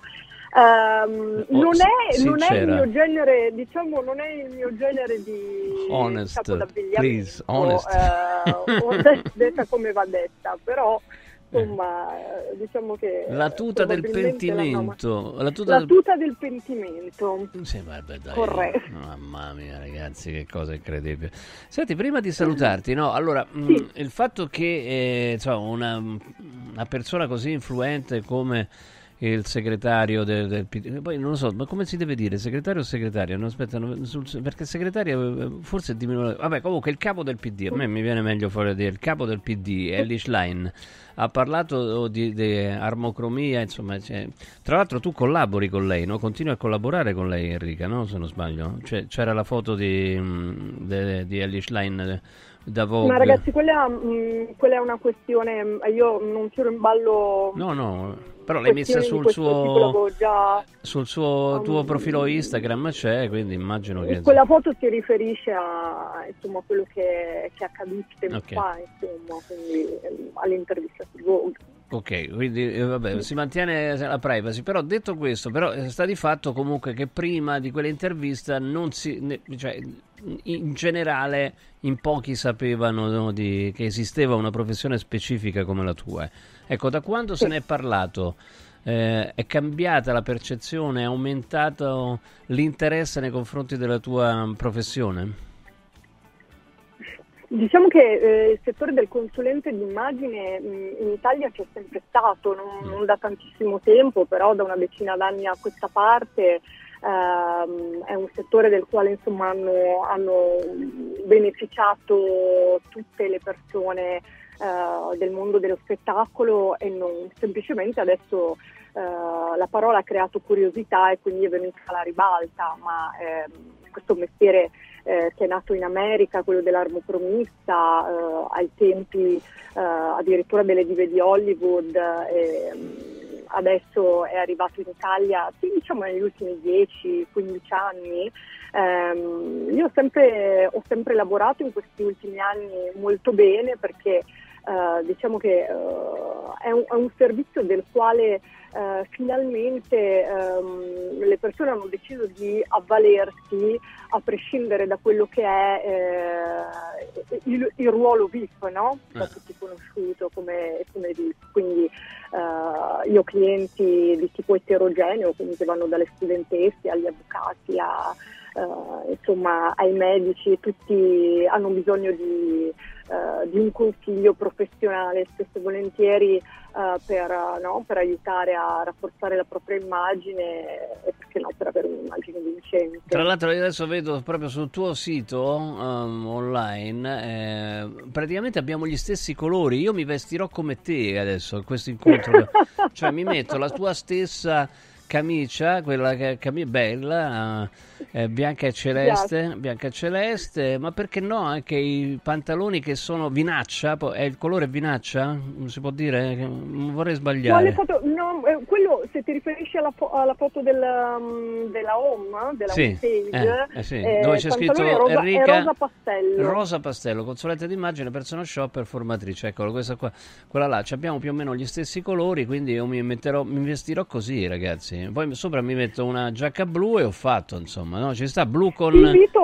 Um, oh, non, è, non è il sincera. mio genere, diciamo, non è il mio genere di honest, capo d'abbigliamento, please, honest. Eh, o detta come va detta, però insomma, diciamo che la tuta del pentimento, la, la, tuta, la del... tuta del pentimento. Sì, vabbè, dai. Corretto. Mamma mia, ragazzi, che cosa incredibile. Senti, prima di salutarti, no, allora, sì. mh, il fatto che eh, insomma, una, una persona così influente come il segretario del, del P D, poi non lo so, ma come si deve dire, segretario o segretaria? No, aspetta, no, sul, perché segretario forse diminue. Vabbè, comunque il capo del P D, a me mi viene meglio fuori a dire, il capo del P D, Elly Schlein, ha parlato di, di armocromia, insomma, cioè, tra l'altro tu collabori con lei, no? Continui a collaborare con lei, Enrica, no? Se non sbaglio, cioè, c'era la foto di, di, di Elly Schlein da Vogue. Ma ragazzi, quella, mh, quella è una questione, io non tiro in ballo. No, no. Però l'hai messa sul suo, già, sul suo um, tuo profilo Instagram, c'è, quindi immagino che... Quella foto si riferisce a, insomma, quello che, che è accaduto tempo okay. fa, insomma, quindi all'intervista su Vogue. Ok, quindi eh, vabbè, si mantiene la privacy, però detto questo, però sta di fatto comunque che prima di quell'intervista non si, ne, cioè, in generale in pochi sapevano, no, di, che esisteva una professione specifica come la tua. Ecco, da quando se ne è parlato, eh, è cambiata la percezione, è aumentato l'interesse nei confronti della tua professione? Diciamo che eh, il settore del consulente d'immagine mh, in Italia c'è sempre stato, non, non da tantissimo tempo, però da una decina d'anni a questa parte ehm, è un settore del quale insomma hanno, hanno beneficiato tutte le persone eh, del mondo dello spettacolo e non semplicemente adesso eh, la parola ha creato curiosità e quindi è venuta alla ribalta, ma ehm, questo mestiere Eh, che è nato in America, quello dell'armocromista, eh, ai tempi eh, addirittura delle dive di Hollywood, eh, adesso è arrivato in Italia, sì, diciamo negli ultimi dieci quindici anni. Eh, io ho sempre, ho sempre lavorato in questi ultimi anni molto bene perché eh, diciamo che eh, è, un, è un servizio del quale Uh, finalmente um, le persone hanno deciso di avvalersi a prescindere da quello che è eh, il, il ruolo V I P, no? Da tutti conosciuto come, come V I P, quindi uh, io ho clienti di tipo eterogeneo, quindi che vanno dalle studentesse agli avvocati a Uh, insomma ai medici, tutti hanno bisogno di, uh, di un consiglio professionale spesso e volentieri uh, per, uh, no, per aiutare a rafforzare la propria immagine e perché no per avere un'immagine vincente. Tra l'altro io adesso vedo proprio sul tuo sito um, online eh, praticamente abbiamo gli stessi colori, io mi vestirò come te adesso a questo incontro cioè mi metto la tua stessa camicia, quella che è bella, eh, bianca e celeste, yes. bianca e celeste, ma perché no anche i pantaloni che sono vinaccia, è il colore vinaccia, non si può dire, non vorrei sbagliare. No, foto, no, eh, quello se ti riferisci alla, fo- alla foto del, um, della home, della sì, homepage, eh, eh sì, eh, dove c'è scritto è rosa, Enrica, è rosa pastello. Rosa pastello, consulente d'immagine, personal shopper, formatrice, eccolo, questa qua, quella là, abbiamo più o meno gli stessi colori, quindi io mi metterò, mi vestirò così, ragazzi. Poi sopra mi metto una giacca blu e ho fatto, insomma, no? Ci sta blu con... Ti invito,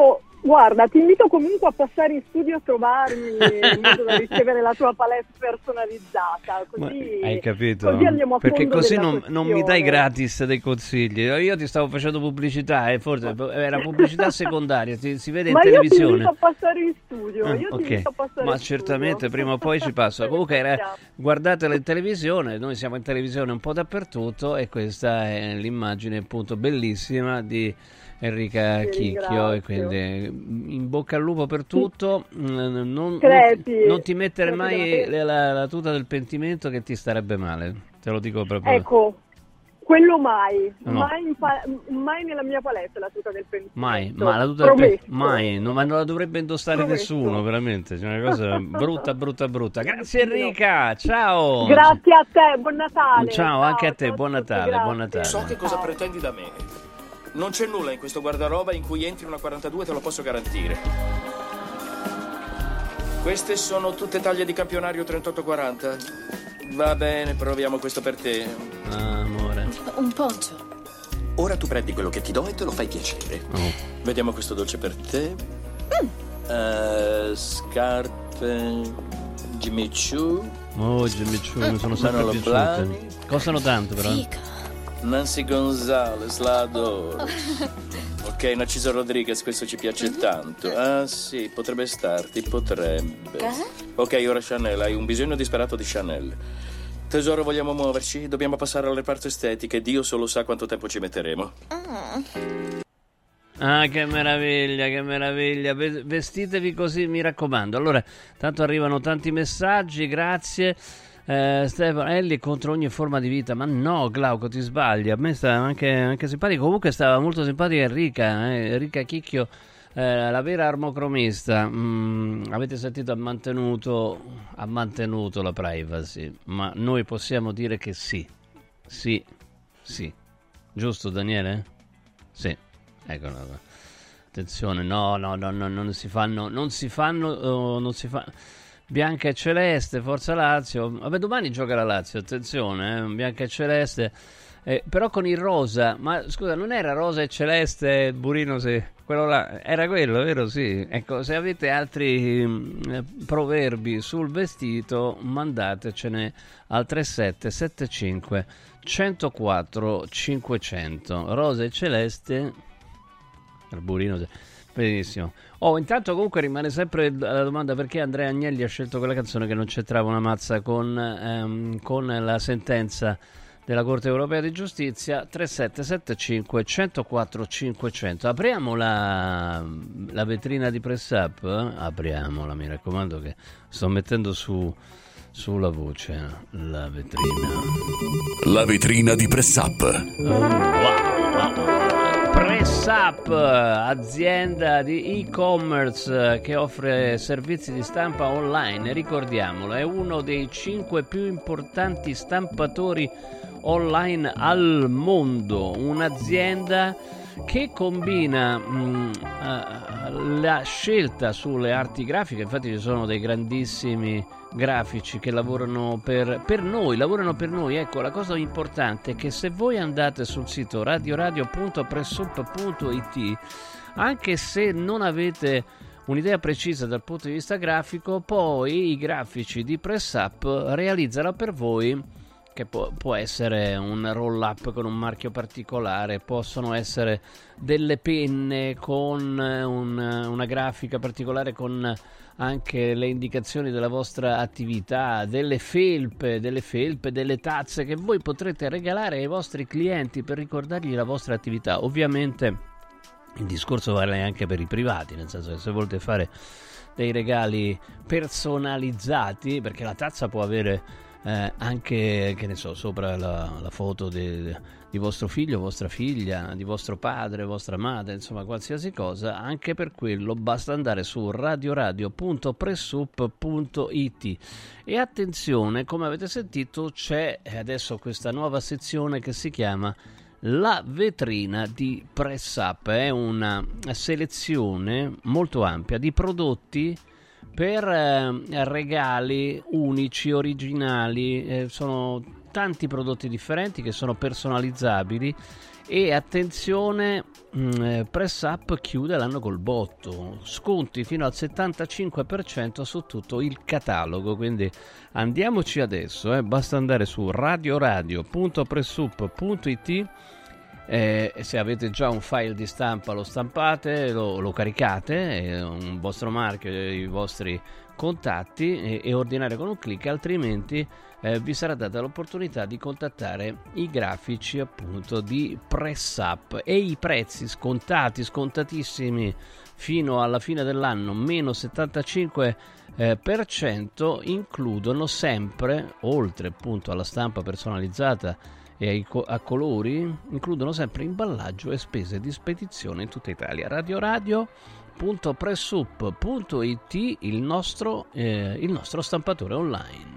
Guarda, ti invito comunque a passare in studio a trovarmi in modo da ricevere la tua palette personalizzata, così, hai capito? così andiamo a Perché fondo così della non, non mi dai questione. gratis dei consigli. Io ti stavo facendo pubblicità e forse era pubblicità secondaria, si, si vede in Ma io ti televisione. invito a passare in studio, Ah, io ti ok. invito a passare Ma in studio. certamente prima o poi ci passo. Comunque era, guardatela in televisione, noi siamo in televisione un po' dappertutto e questa è l'immagine appunto bellissima di Enrica Ti Chicchio, e ringrazio. quindi in bocca al lupo per tutto. Non, non, Crepi, non ti mettere crepi mai veramente. la, la tuta del pentimento che ti starebbe male, te lo dico proprio. Ecco, quello mai, No. mai, in pa- mai nella mia palette la tuta del pentimento. Mai, ma la tuta del Promesso. pe- mai, no, ma non la dovrebbe indossare Promesso. nessuno, veramente. C'è una cosa brutta, brutta, brutta. Grazie Enrica, ciao. Grazie a te, buon Natale. Ciao, anche a te, buon Natale, buon Natale. So che cosa pretendi da me. Non c'è nulla in questo guardaroba in cui entri una quarantadue, te lo posso garantire. Queste sono tutte taglie di campionario trentotto quaranta. Va bene, proviamo questo per te. Ah, amore. Un poncio. Ora tu prendi quello che ti do e te lo fai piacere. Oh. Vediamo questo dolce per te. Eh, scarpe Jimmy Choo. Oh, Jimmy Choo, mi sono sempre Manolo piaciute. Blahnik. Costano tanto però. eh. Nancy Gonzalez, la adoro. Ok, Narciso Rodriguez, questo ci piace tanto. Ah sì, potrebbe starti, potrebbe. Cosa? Ok, ora Chanel, hai un bisogno disperato di Chanel. Tesoro, vogliamo muoverci? Dobbiamo passare alle parti estetiche. Dio solo sa quanto tempo ci metteremo. Ah, che meraviglia, che meraviglia. Ve- Vestitevi così, mi raccomando. Allora, tanto arrivano tanti messaggi, grazie. Eh, Stefano, Ellie è contro ogni forma di vita. Ma no, Glauco, ti sbagli. A me sta anche, anche simpatico. Comunque stava molto simpatica Enrica, eh. Enrica Chicchio, eh, la vera armocromista. Mm, avete sentito, ha mantenuto, ha mantenuto la privacy. Ma noi possiamo dire che sì. Sì, sì. Giusto, Daniele? Sì. Ecco, no, no. Attenzione, no, no, no, no, non si fanno, non si fanno, oh, non si fa. Bianca e Celeste, Forza Lazio. Vabbè, domani gioca la Lazio, attenzione, eh? Bianca e Celeste. Eh, però con il rosa, ma scusa, non era rosa e celeste il burino, se quello là era quello, vero? Sì. Ecco, se avete altri mh, proverbi sul vestito, mandatecene al tre sette sette cinque uno zero quattro cinquecento. Rosa e celeste, il burino. Benissimo. Oh, intanto comunque rimane sempre la domanda: perché Andrea Agnelli ha scelto quella canzone che non c'entrava una mazza con, ehm, con la sentenza della Corte Europea di Giustizia. Tre sette sette cinque uno zero quattro cinquecento. Apriamo la, la vetrina di Press Up? Eh? Apriamola, mi raccomando, che sto mettendo su sulla voce la vetrina. La vetrina di Press Up. Oh, wow, wow. Press Up, azienda di e-commerce che offre servizi di stampa online, ricordiamolo, è uno dei cinque più importanti stampatori online al mondo, un'azienda che combina mh, uh, la scelta sulle arti grafiche. Infatti ci sono dei grandissimi grafici che lavorano per, per noi, lavorano per noi. Ecco, la cosa importante è che se voi andate sul sito radioradio punto pressup punto it, anche se non avete un'idea precisa dal punto di vista grafico, poi i grafici di Press Up realizzano per voi, che può, può essere un roll up con un marchio particolare, possono essere delle penne con un, una grafica particolare con anche le indicazioni della vostra attività, delle felpe, delle felpe, delle tazze che voi potrete regalare ai vostri clienti per ricordargli la vostra attività. Ovviamente il discorso vale anche per i privati, nel senso che se volete fare dei regali personalizzati, perché la tazza può avere Eh, anche, che ne so, sopra la, la foto de, di vostro figlio, vostra figlia, di vostro padre, vostra madre, insomma qualsiasi cosa, anche per quello basta andare su radioradio punto pressup punto it. E attenzione, come avete sentito, c'è adesso questa nuova sezione che si chiama La vetrina di Press Up. È una selezione molto ampia di prodotti per eh, regali unici, originali. Eh, sono tanti prodotti differenti che sono personalizzabili E attenzione, mh, Press Up chiude l'anno col botto, sconti fino al settantacinque per cento su tutto il catalogo, quindi andiamoci adesso, eh. Basta andare su radioradio punto pressup punto it. Eh, se avete già un file di stampa lo stampate, lo, lo caricate, eh, un vostro marchio, i vostri contatti e, e ordinare con un clic, altrimenti eh, vi sarà data l'opportunità di contattare i grafici appunto di Press Up, e i prezzi scontati, scontatissimi fino alla fine dell'anno, meno settantacinque eh, per cento, includono sempre, oltre appunto alla stampa personalizzata e ai co- a colori, includono sempre imballaggio e spese di spedizione in tutta Italia. radioradio punto pressup punto it, il nostro, eh, il nostro stampatore online.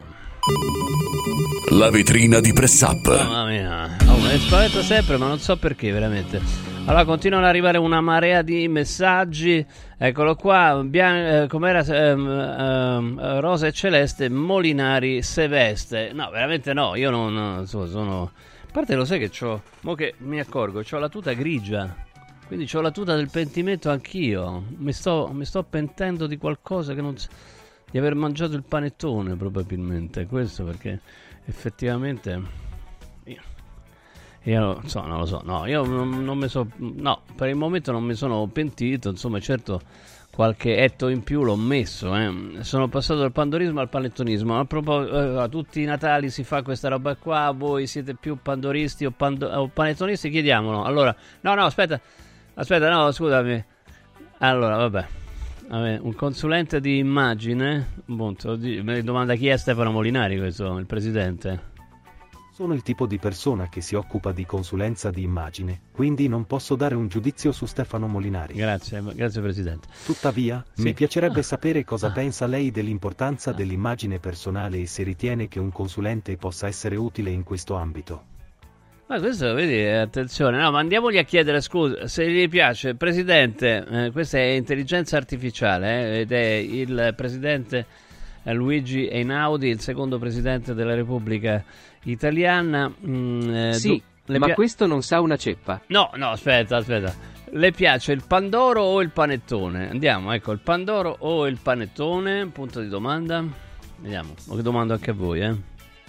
La vetrina di Press Up. Mamma mia, oh, mi spaventa sempre, ma non so perché, veramente. Allora, continuano ad arrivare una marea di messaggi. Eccolo qua, bian- eh, com'era, ehm, ehm, rosa e celeste, Molinari se veste. No, veramente no, io non, non so, sono... A parte, lo sai che c'ho, mo che mi accorgo, c'ho la tuta grigia, quindi c'ho la tuta del pentimento anch'io. Mi sto, mi sto pentendo di qualcosa che non... di aver mangiato il panettone, probabilmente. Questo perché effettivamente... Io, io so, non lo so, no, io non, non mi so... No, per il momento non mi sono pentito, insomma, certo... Qualche etto in più l'ho messo, eh. Sono passato dal pandorismo al panettonismo. A proposito, eh, a tutti i Natali si fa questa roba qua. Voi siete più pandoristi o, pando- o panettonisti? Chiediamolo. Allora, no, no, aspetta, aspetta, no, scusami. Allora, vabbè, vabbè, un consulente di immagine. Appunto, mi domanda chi è Stefano Molinari, questo, il presidente. Sono il tipo di persona che si occupa di consulenza di immagine, quindi non posso dare un giudizio su Stefano Molinari. Grazie, grazie Presidente. Tuttavia, Sì. mi piacerebbe Ah. sapere cosa Ah. pensa lei dell'importanza dell'immagine personale e se ritiene che un consulente possa essere utile in questo ambito. Ma questo, vedi, attenzione, no, ma andiamogli a chiedere scusa, se gli piace, Presidente, eh, questa è intelligenza artificiale, eh, ed è il Presidente eh, Luigi Einaudi, il secondo Presidente della Repubblica Italiana. Mm, eh, Sì, du- le ma pia- questo non sa una ceppa. No, no, aspetta, aspetta. Le piace il pandoro o il panettone? Andiamo, ecco, il pandoro o il panettone? Punto di domanda. Vediamo, lo domando anche a voi, eh.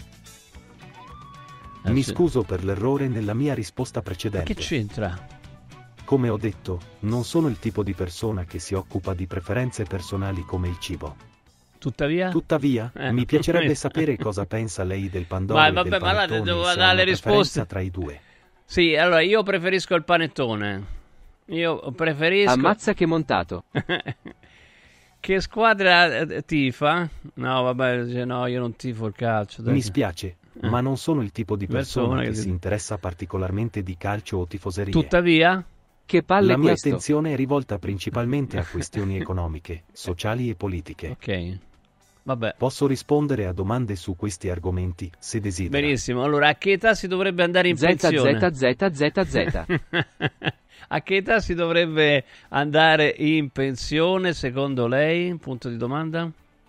Eh, Mi sì. scuso per l'errore nella mia risposta Ma precedente. che c'entra? Come ho detto, non sono il tipo di persona che si occupa di preferenze personali come il cibo. Tuttavia? Tuttavia, Eh. mi piacerebbe sapere cosa pensa lei del pandoro Ma e vabbè, del ma là panettone devo e se ha dare una le preferenza risposte. tra i due. Sì, allora io preferisco il panettone. Io preferisco... Ammazza che montato. Che squadra eh, tifa? No, vabbè, dice, no, io non tifo il calcio. dai. Mi spiace, Eh. ma non sono il tipo di persona, Persona che che- si interessa particolarmente di calcio o tifoserie. Tuttavia? Che palle La mia questo. attenzione è rivolta principalmente a questioni economiche, sociali e politiche. Ok, vabbè. Posso rispondere a domande su questi argomenti, se desidera. Benissimo, allora a che età si dovrebbe andare in Z pensione? Z Z Z Z. A che età si dovrebbe andare in pensione secondo lei? Punto di domanda?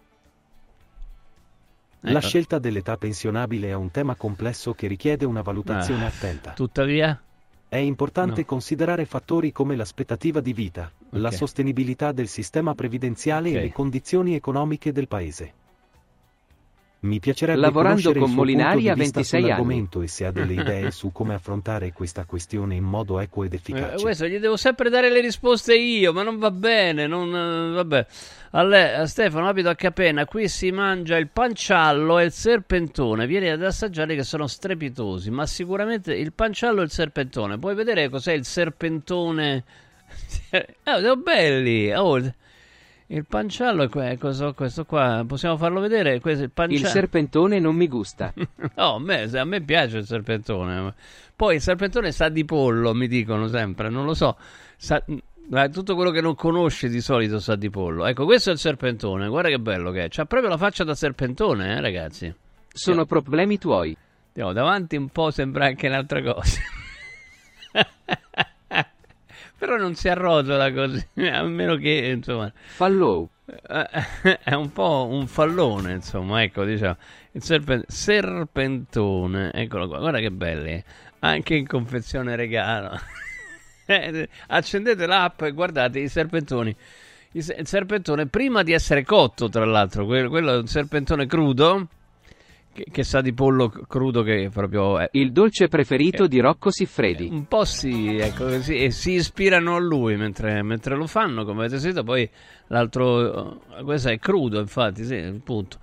La Ecco. scelta dell'età pensionabile è un tema complesso che richiede una valutazione Ah, attenta. Tuttavia? È importante No. considerare fattori come l'aspettativa di vita, la Ok. sostenibilità del sistema previdenziale Ok. e le condizioni economiche del paese. Mi piacerebbe Lavorando conoscere con il suo Molinari punto a di vista ventisei anni. sull'argomento e se ha delle idee su come affrontare questa questione in modo equo ed Eh, efficace. questo gli devo sempre dare le risposte io, ma non va bene, non, eh, vabbè. A, lei, a Stefano, abito a Capena, qui si mangia il panciallo e il serpentone, vieni ad assaggiare che sono strepitosi, ma sicuramente il panciallo e il serpentone, puoi vedere cos'è il serpentone? Ah, sono belli, oh, il panciallo è que- questo, questo qua, possiamo farlo vedere? Questo è il panciallo. Il serpentone non mi gusta. No, a me, a me piace il serpentone. Poi il serpentone sa di pollo, mi dicono sempre, non lo so. Sa, ma tutto quello che non conosci di solito sa di pollo. Ecco, questo è il serpentone, guarda che bello che è. C'ha proprio la faccia da serpentone, eh, ragazzi. Sono problemi tuoi. Andiamo davanti un po', sembra anche un'altra cosa. Però non si arrotola così, a meno che, insomma... Fallow. È un po' un fallone, insomma, ecco, diciamo. Il serpen- serpentone, eccolo qua, guarda che belli, anche in confezione regalo. Accendete l'app e guardate i serpentoni. Il serpentone prima di essere cotto, tra l'altro, quello, quello è un serpentone crudo. Che, che sa di pollo crudo, che proprio è il dolce preferito è, di Rocco Siffredi. Un po' sì, ecco, sì, e si ispirano a lui mentre, mentre lo fanno, come avete sentito. Poi l'altro, questo è crudo, infatti, sì, appunto.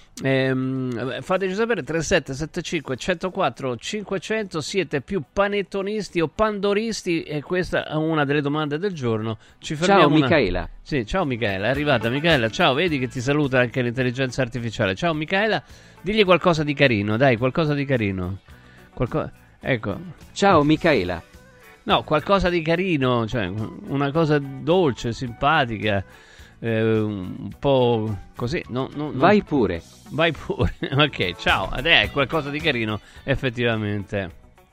Ehm, fateci sapere tre sette sette cinque uno zero quattro cinquecento, siete più panettonisti o pandoristi? E questa è una delle domande del giorno. Ci fermiamo. Ciao Michaela. Una... Sì, ciao Michaela, è arrivata Michaela. Ciao, vedi che ti saluta anche l'intelligenza artificiale. Ciao Michaela, digli qualcosa di carino, dai, qualcosa di carino. Qualco... Ecco. Ciao Michaela. No, qualcosa di carino, cioè una cosa dolce, simpatica. Eh, un po' così, no, no, no. Vai pure. Vai pure. Ok, ciao. Adesso è qualcosa di carino, effettivamente.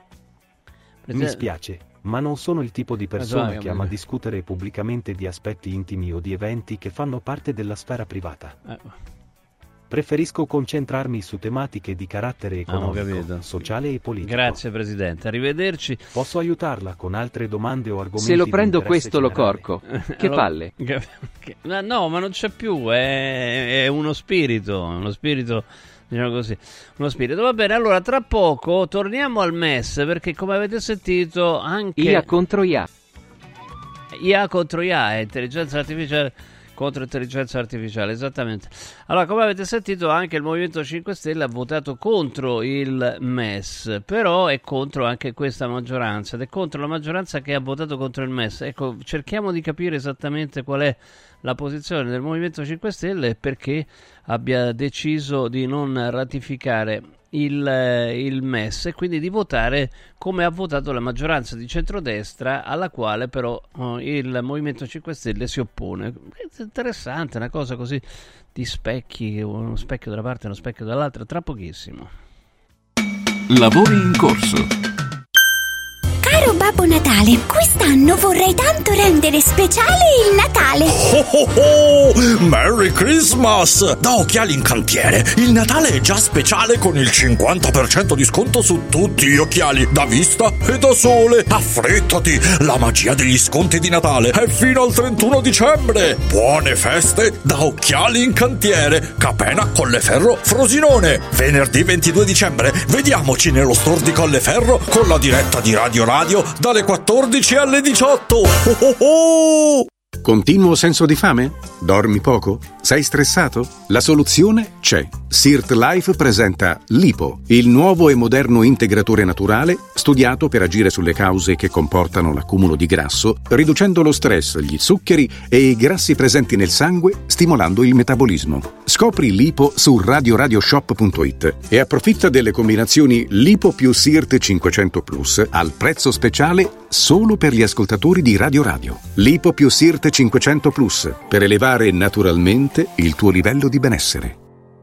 Mi spiace, ma non sono il tipo di persona Esatto, che ama discutere pubblicamente di aspetti intimi o di eventi che fanno parte della sfera privata. Eh. Preferisco concentrarmi su tematiche di carattere economico, ah, sociale e politico. Grazie Presidente, arrivederci. Posso aiutarla con altre domande o argomenti? Se lo prendo questo generale? Lo corco. Che palle. No, ma non c'è più, è, è uno spirito, uno spirito, diciamo così, uno spirito. Va bene, allora tra poco torniamo al M E S, perché come avete sentito anche... I A contro I A. I A contro I A, è intelligenza artificiale... contro intelligenza artificiale, esattamente. Allora, come avete sentito, anche il Movimento cinque Stelle ha votato contro il M E S, però è contro anche questa maggioranza, ed è contro la maggioranza che ha votato contro il M E S. Ecco, cerchiamo di capire esattamente qual è la posizione del Movimento cinque Stelle e perché abbia deciso di non ratificare il, il M E S, e quindi di votare come ha votato la maggioranza di centrodestra, alla quale però oh, il Movimento cinque Stelle si oppone. È interessante, una cosa così di specchi, uno specchio da una parte e uno specchio dall'altra, tra pochissimo. Lavori in corso. Caro Babbo Natale, quest'anno vorrei tanto rendere speciale il Natale. Oh oh oh! Merry Christmas! Da Occhiali in Cantiere, il Natale è già speciale con il cinquanta per cento di sconto su tutti gli occhiali, da vista e da sole. Affrettati! La magia degli sconti di Natale è fino al trentuno dicembre. Buone feste da Occhiali in Cantiere, Capena, Colleferro, Frosinone. Venerdì ventidue dicembre, vediamoci nello store di Colleferro con la diretta di Radio Radio dalle quattordici alle diciotto. Oh oh oh! Continuo senso di fame? Dormi poco? Sei stressato? La soluzione c'è. Sirt Life presenta Lipo, il nuovo e moderno integratore naturale studiato per agire sulle cause che comportano l'accumulo di grasso, riducendo lo stress, gli zuccheri e i grassi presenti nel sangue, stimolando il metabolismo. Scopri Lipo su radio radio shop punto it e approfitta delle combinazioni Lipo più Sirt cinquecento Plus al prezzo speciale solo per gli ascoltatori di Radio Radio. Lipo più Sirt cinquecento Plus per elevare naturalmente il tuo livello di benessere.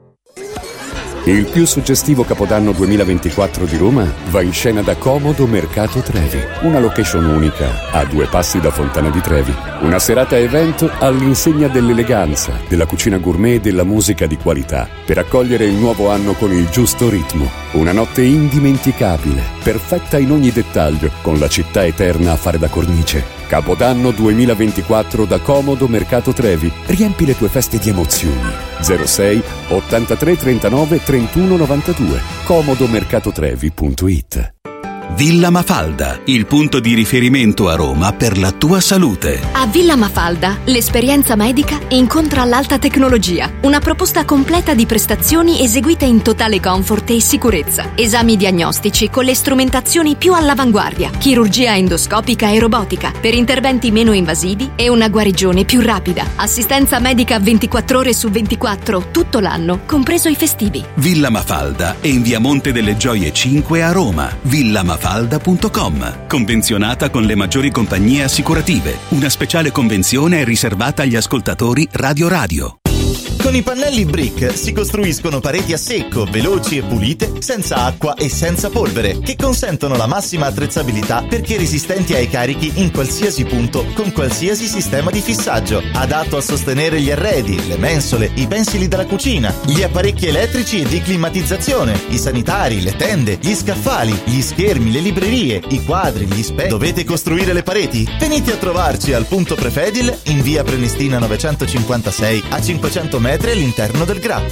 Il più suggestivo Capodanno duemilaventiquattro di Roma va in scena da Comodo Mercato Trevi, una location unica a due passi da Fontana di Trevi. Una serata evento all'insegna dell'eleganza, della cucina gourmet e della musica di qualità, per accogliere il nuovo anno con il giusto ritmo. Una notte indimenticabile, perfetta in ogni dettaglio, con la città eterna a fare da cornice. Capodanno duemilaventiquattro da Comodo Mercato Trevi. Riempi le tue feste di emozioni. zero sei ottantatré trentanove trentuno novantadue comodomercatotrevi punto it. Villa Mafalda, il punto di riferimento a Roma per la tua salute. A Villa Mafalda, l'esperienza medica incontra l'alta tecnologia. Una proposta completa di prestazioni eseguite in totale comfort e sicurezza. Esami diagnostici con le strumentazioni più all'avanguardia. Chirurgia endoscopica e robotica per interventi meno invasivi e una guarigione più rapida. Assistenza medica ventiquattro ore su ventiquattro tutto l'anno, compreso i festivi. Villa Mafalda è in via Monte delle Gioie cinque a Roma. Villa Mafalda punto com. Convenzionata con le maggiori compagnie assicurative. Una speciale convenzione è riservata agli ascoltatori Radio Radio. Con i pannelli Brick si costruiscono pareti a secco, veloci e pulite, senza acqua e senza polvere, che consentono la massima attrezzabilità perché resistenti ai carichi in qualsiasi punto con qualsiasi sistema di fissaggio, adatto a sostenere gli arredi, le mensole, i pensili della cucina, gli apparecchi elettrici e di climatizzazione, i sanitari, le tende, gli scaffali, gli schermi, le librerie, i quadri, gli specchi. Dovete costruire le pareti? Venite a trovarci al punto Prefedil in via Prenestina novecentocinquantasei a cinquecento metri all'interno del G R A.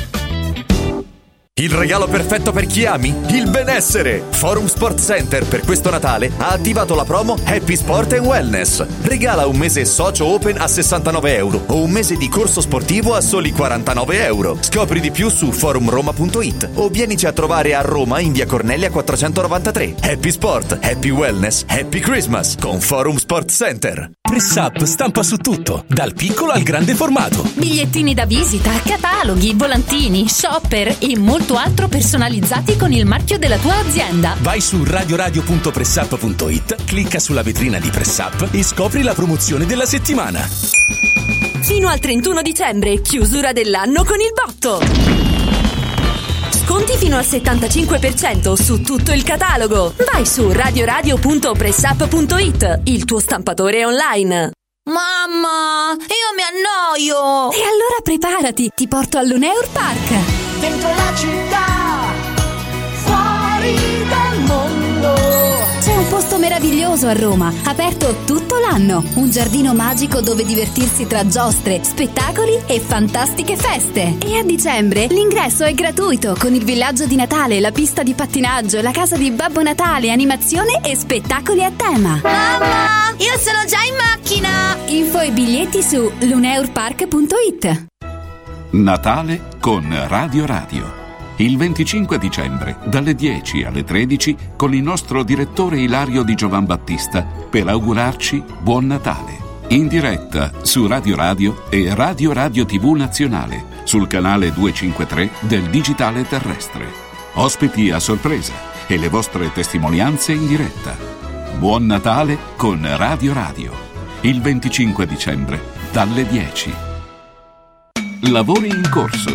Il regalo perfetto per chi ami? Il benessere! Forum Sport Center per questo Natale ha attivato la promo Happy Sport and Wellness. Regala un mese socio open a sessantanove euro o un mese di corso sportivo a soli quarantanove euro. Scopri di più su forum roma punto it o vienici a trovare a Roma in via Cornelia quattrocentonovantatré. Happy Sport, Happy Wellness, Happy Christmas con Forum Sport Center. Press Up stampa su tutto, dal piccolo al grande formato. Bigliettini da visita, cataloghi, volantini, shopper e molto altro personalizzati con il marchio della tua azienda. Vai su radioradio punto pressup punto it, clicca sulla vetrina di Press Up e scopri la promozione della settimana. Fino al trentuno dicembre, chiusura dell'anno con il botto. Sconti fino al settantacinque per cento su tutto il catalogo. Vai su radioradio punto pressup punto it, il tuo stampatore online. Mamma, io mi annoio. E allora preparati, ti porto all'Uneur Park. Dentro la città, fuori dal mondo. C'è un posto meraviglioso a Roma, aperto tutto l'anno. Un giardino magico dove divertirsi tra giostre, spettacoli e fantastiche feste. E a dicembre l'ingresso è gratuito con il villaggio di Natale, la pista di pattinaggio, la casa di Babbo Natale, animazione e spettacoli a tema. Mamma, io sono già in macchina. Info e biglietti su luneurpark punto it. Natale con Radio Radio. Il venticinque dicembre, dalle dieci alle tredici, con il nostro direttore Ilario Di Giovan Battista, per augurarci Buon Natale. In diretta su Radio Radio e Radio Radio tivù Nazionale, sul canale duecentocinquantatré del digitale terrestre. Ospiti a sorpresa e le vostre testimonianze in diretta. Buon Natale con Radio Radio. Il venticinque dicembre, dalle dieci. Lavori in corso.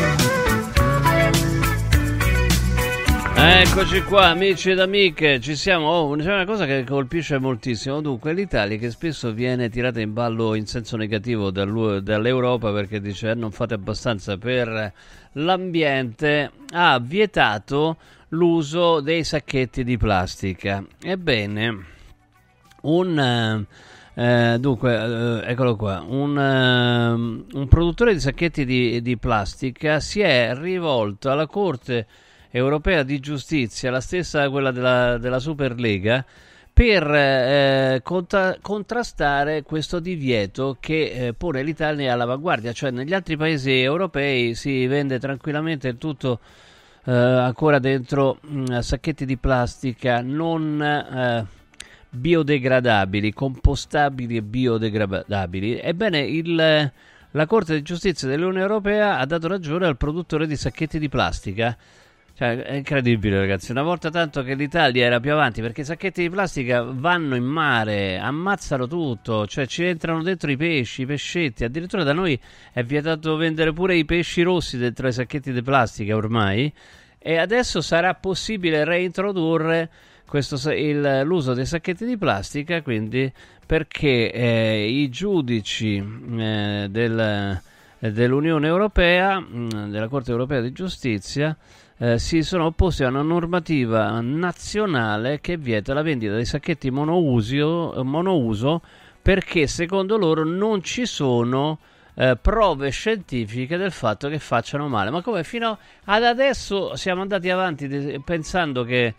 Eccoci qua, amici ed amiche, ci siamo. Oh, c'è una cosa che colpisce moltissimo. Dunque, l'Italia, che spesso viene tirata in ballo in senso negativo dall'Europa perché dice eh, non fate abbastanza per l'ambiente, ha vietato l'uso dei sacchetti di plastica. Ebbene, un eh, dunque, eh, eccolo qua, un, eh, un produttore di sacchetti di, di plastica si è rivolto alla Corte Europea di Giustizia, la stessa quella della, della Superlega, per eh, contra- contrastare questo divieto che eh, pone l'Italia all'avanguardia. Cioè, negli altri paesi europei si vende tranquillamente il tutto eh, ancora dentro mh, sacchetti di plastica non eh, biodegradabili, compostabili e biodegradabili. Ebbene, il, la Corte di Giustizia dell'Unione Europea ha dato ragione al produttore di sacchetti di plastica. Cioè, è incredibile, ragazzi. Una volta tanto che l'Italia era più avanti, perché i sacchetti di plastica vanno in mare, ammazzano tutto, cioè ci entrano dentro i pesci, i pescetti. Addirittura da noi è vietato vendere pure i pesci rossi dentro i sacchetti di plastica ormai. E adesso sarà possibile reintrodurre questo, il, l'uso dei sacchetti di plastica, quindi perché eh, i giudici eh, del, dell'Unione Europea, della Corte Europea di Giustizia, Eh, si sono opposti a una normativa nazionale che vieta la vendita dei sacchetti monouso, monouso perché secondo loro non ci sono eh, prove scientifiche del fatto che facciano male. Ma come fino ad adesso siamo andati avanti de- pensando che,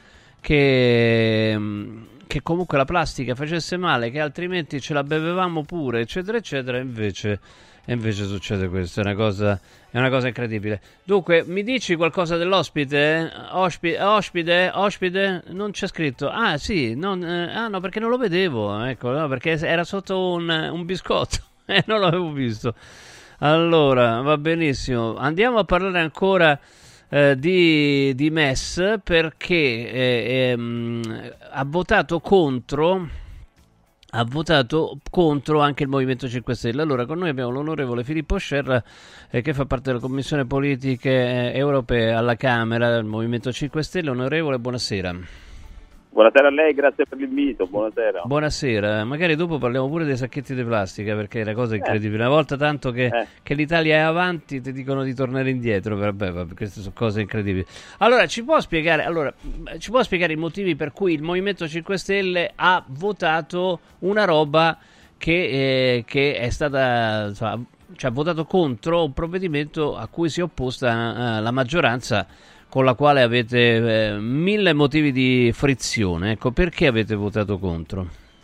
che, che comunque la plastica facesse male, che altrimenti ce la bevevamo pure, eccetera eccetera, invece... E invece succede questo, è una cosa, è una cosa incredibile. Dunque, mi dici qualcosa dell'ospite? Ospi- ospite? Ospite? Non c'è scritto. Ah, sì, non, eh, ah no, perché non lo vedevo, ecco, no, perché era sotto un, un biscotto e non l'avevo visto. Allora, va benissimo. Andiamo a parlare ancora eh, di, di M E S, perché eh, ehm, ha votato contro ha votato contro anche il Movimento cinque Stelle. Allora, con noi abbiamo l'onorevole Filippo Scerra, eh, che fa parte della Commissione Politiche eh, Europee alla Camera del Movimento cinque Stelle. Onorevole, buonasera. Buonasera a lei, grazie per l'invito, buonasera. Buonasera, magari dopo parliamo pure dei sacchetti di plastica, perché è una cosa incredibile. Eh. Una volta tanto che, Eh. che l'Italia è avanti, ti dicono di tornare indietro. Vabbè, vabbè, queste sono cose incredibili. Allora, ci può spiegare, allora, ci può spiegare i motivi per cui il Movimento cinque Stelle ha votato una roba che, eh, che è stata, insomma, cioè ha votato contro un provvedimento a cui si è opposta eh, la maggioranza, con la quale avete eh, mille motivi di frizione. Ecco, perché avete votato contro?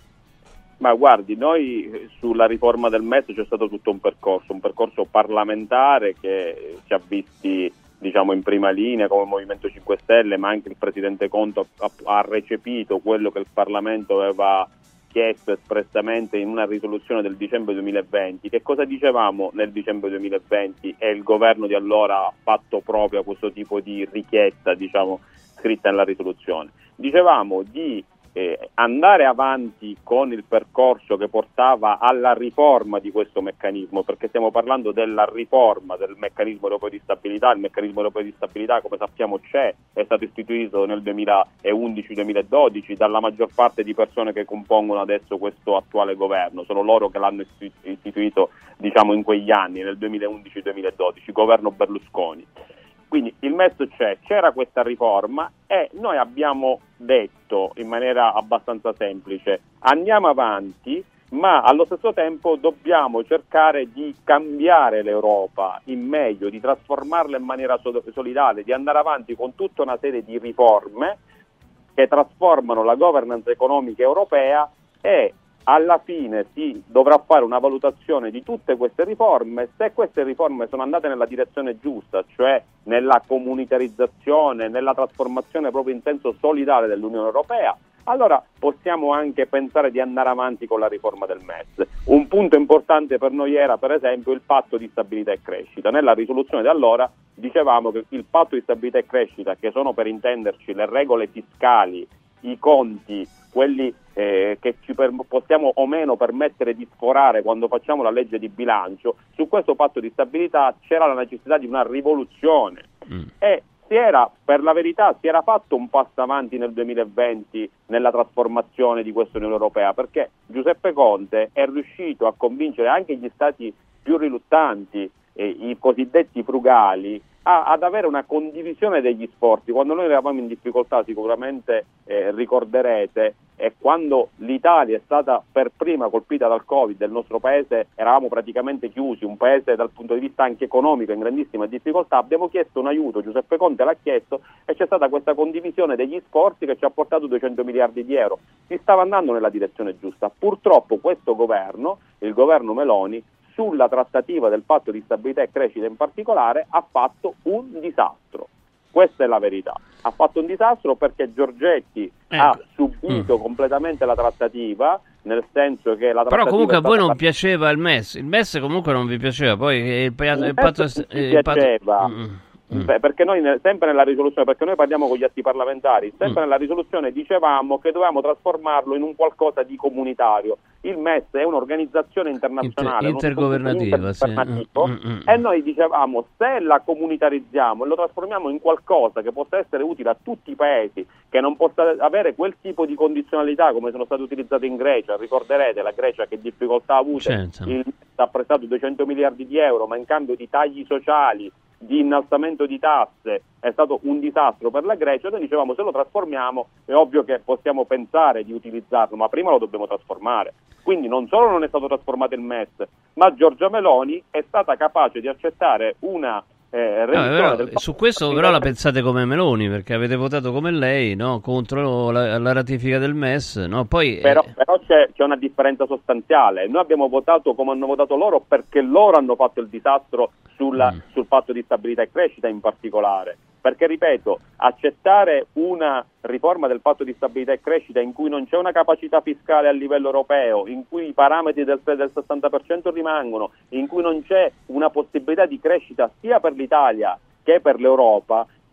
Ma guardi, noi sulla riforma del M E S c'è stato tutto un percorso, un percorso parlamentare che ci ha visti, diciamo, in prima linea come Movimento cinque Stelle, ma anche il Presidente Conte ha, ha recepito quello che il Parlamento aveva chiesto espressamente in una risoluzione del dicembre duemilaventi. Che cosa dicevamo nel dicembre duemilaventi? E il governo di allora ha fatto proprio questo tipo di richiesta, diciamo, scritta nella risoluzione. Dicevamo di eh, andare avanti con il percorso che portava alla riforma di questo meccanismo, perché stiamo parlando della riforma del meccanismo europeo di stabilità. Il meccanismo europeo di stabilità, come sappiamo, c'è, è stato istituito nel duemilaundici duemiladodici dalla maggior parte di persone che compongono adesso questo attuale governo. Sono loro che l'hanno istituito, diciamo, in quegli anni, nel duemilaundici duemiladodici, governo Berlusconi. Quindi il M E S c'è, c'era questa riforma e noi abbiamo detto in maniera abbastanza semplice: andiamo avanti, ma allo stesso tempo dobbiamo cercare di cambiare l'Europa in meglio, di trasformarla in maniera solidale, di andare avanti con tutta una serie di riforme che trasformano la governance economica europea, e alla fine si dovrà fare una valutazione di tutte queste riforme. Se queste riforme sono andate nella direzione giusta, cioè nella comunitarizzazione, nella trasformazione proprio in senso solidale dell'Unione Europea, allora possiamo anche pensare di andare avanti con la riforma del M E S. Un punto importante per noi era, per esempio, il patto di stabilità e crescita. Nella risoluzione di allora dicevamo che il patto di stabilità e crescita, che sono, per intenderci, le regole fiscali, i conti, quelli eh, che ci per, possiamo o meno permettere di sforare quando facciamo la legge di bilancio, su questo patto di stabilità c'era la necessità di una rivoluzione. Mm. E si era, per la verità, si era fatto un passo avanti nel duemilaventi nella trasformazione di questa Unione Europea, perché Giuseppe Conte è riuscito a convincere anche gli stati più riluttanti, eh, i cosiddetti frugali, a, ad avere una condivisione degli sforzi. Quando noi eravamo in difficoltà, sicuramente eh, ricorderete, e quando l'Italia è stata per prima colpita dal Covid, il nostro paese eravamo praticamente chiusi, un paese dal punto di vista anche economico in grandissima difficoltà, abbiamo chiesto un aiuto, Giuseppe Conte l'ha chiesto e c'è stata questa condivisione degli sforzi che ci ha portato duecento miliardi di euro. Si stava andando nella direzione giusta. Purtroppo questo governo, il governo Meloni, sulla trattativa del patto di stabilità e crescita in particolare, ha fatto un disastro. Questa è la verità. Ha fatto un disastro perché Giorgetti ecco. ha subito mm. completamente la trattativa, nel senso che la trattativa... Però comunque a voi non part- piaceva il M E S. Il M E S comunque non vi piaceva, poi il, il, il, il patto... Il il piaceva. Patto... Mm. Mm. Perché noi sempre nella risoluzione, perché noi parliamo con gli atti parlamentari, sempre mm. nella risoluzione dicevamo che dovevamo trasformarlo in un qualcosa di comunitario. Il M E S è un'organizzazione internazionale, Inter- intergovernativa, sì. mm, mm, e noi dicevamo, se la comunitarizziamo e lo trasformiamo in qualcosa che possa essere utile a tutti i paesi, che non possa avere quel tipo di condizionalità come sono state utilizzate in Grecia, ricorderete la Grecia che difficoltà ha avuto, Senza. il M E S ha prestato duecento miliardi di euro, ma in cambio di tagli sociali, di innalzamento di tasse, è stato un disastro per la Grecia. Noi dicevamo, se lo trasformiamo è ovvio che possiamo pensare di utilizzarlo, ma prima lo dobbiamo trasformare. Quindi non solo non è stato trasformato il M E S, ma Giorgia Meloni è stata capace di accettare una eh, no, però, del... su questo però la pensate come Meloni, perché avete votato come lei, no? Contro la, la ratifica del M E S, no? Poi, però, eh... però c'è, c'è una differenza sostanziale. Noi abbiamo votato come hanno votato loro perché loro hanno fatto il disastro sulla, mm. sul patto di stabilità e crescita in particolare. Perché, ripeto, accettare una riforma del patto di stabilità e crescita in cui non c'è una capacità fiscale a livello europeo, in cui i parametri del, del sessanta per cento rimangono, in cui non c'è una possibilità di crescita sia per l'Italia che per l'Europa,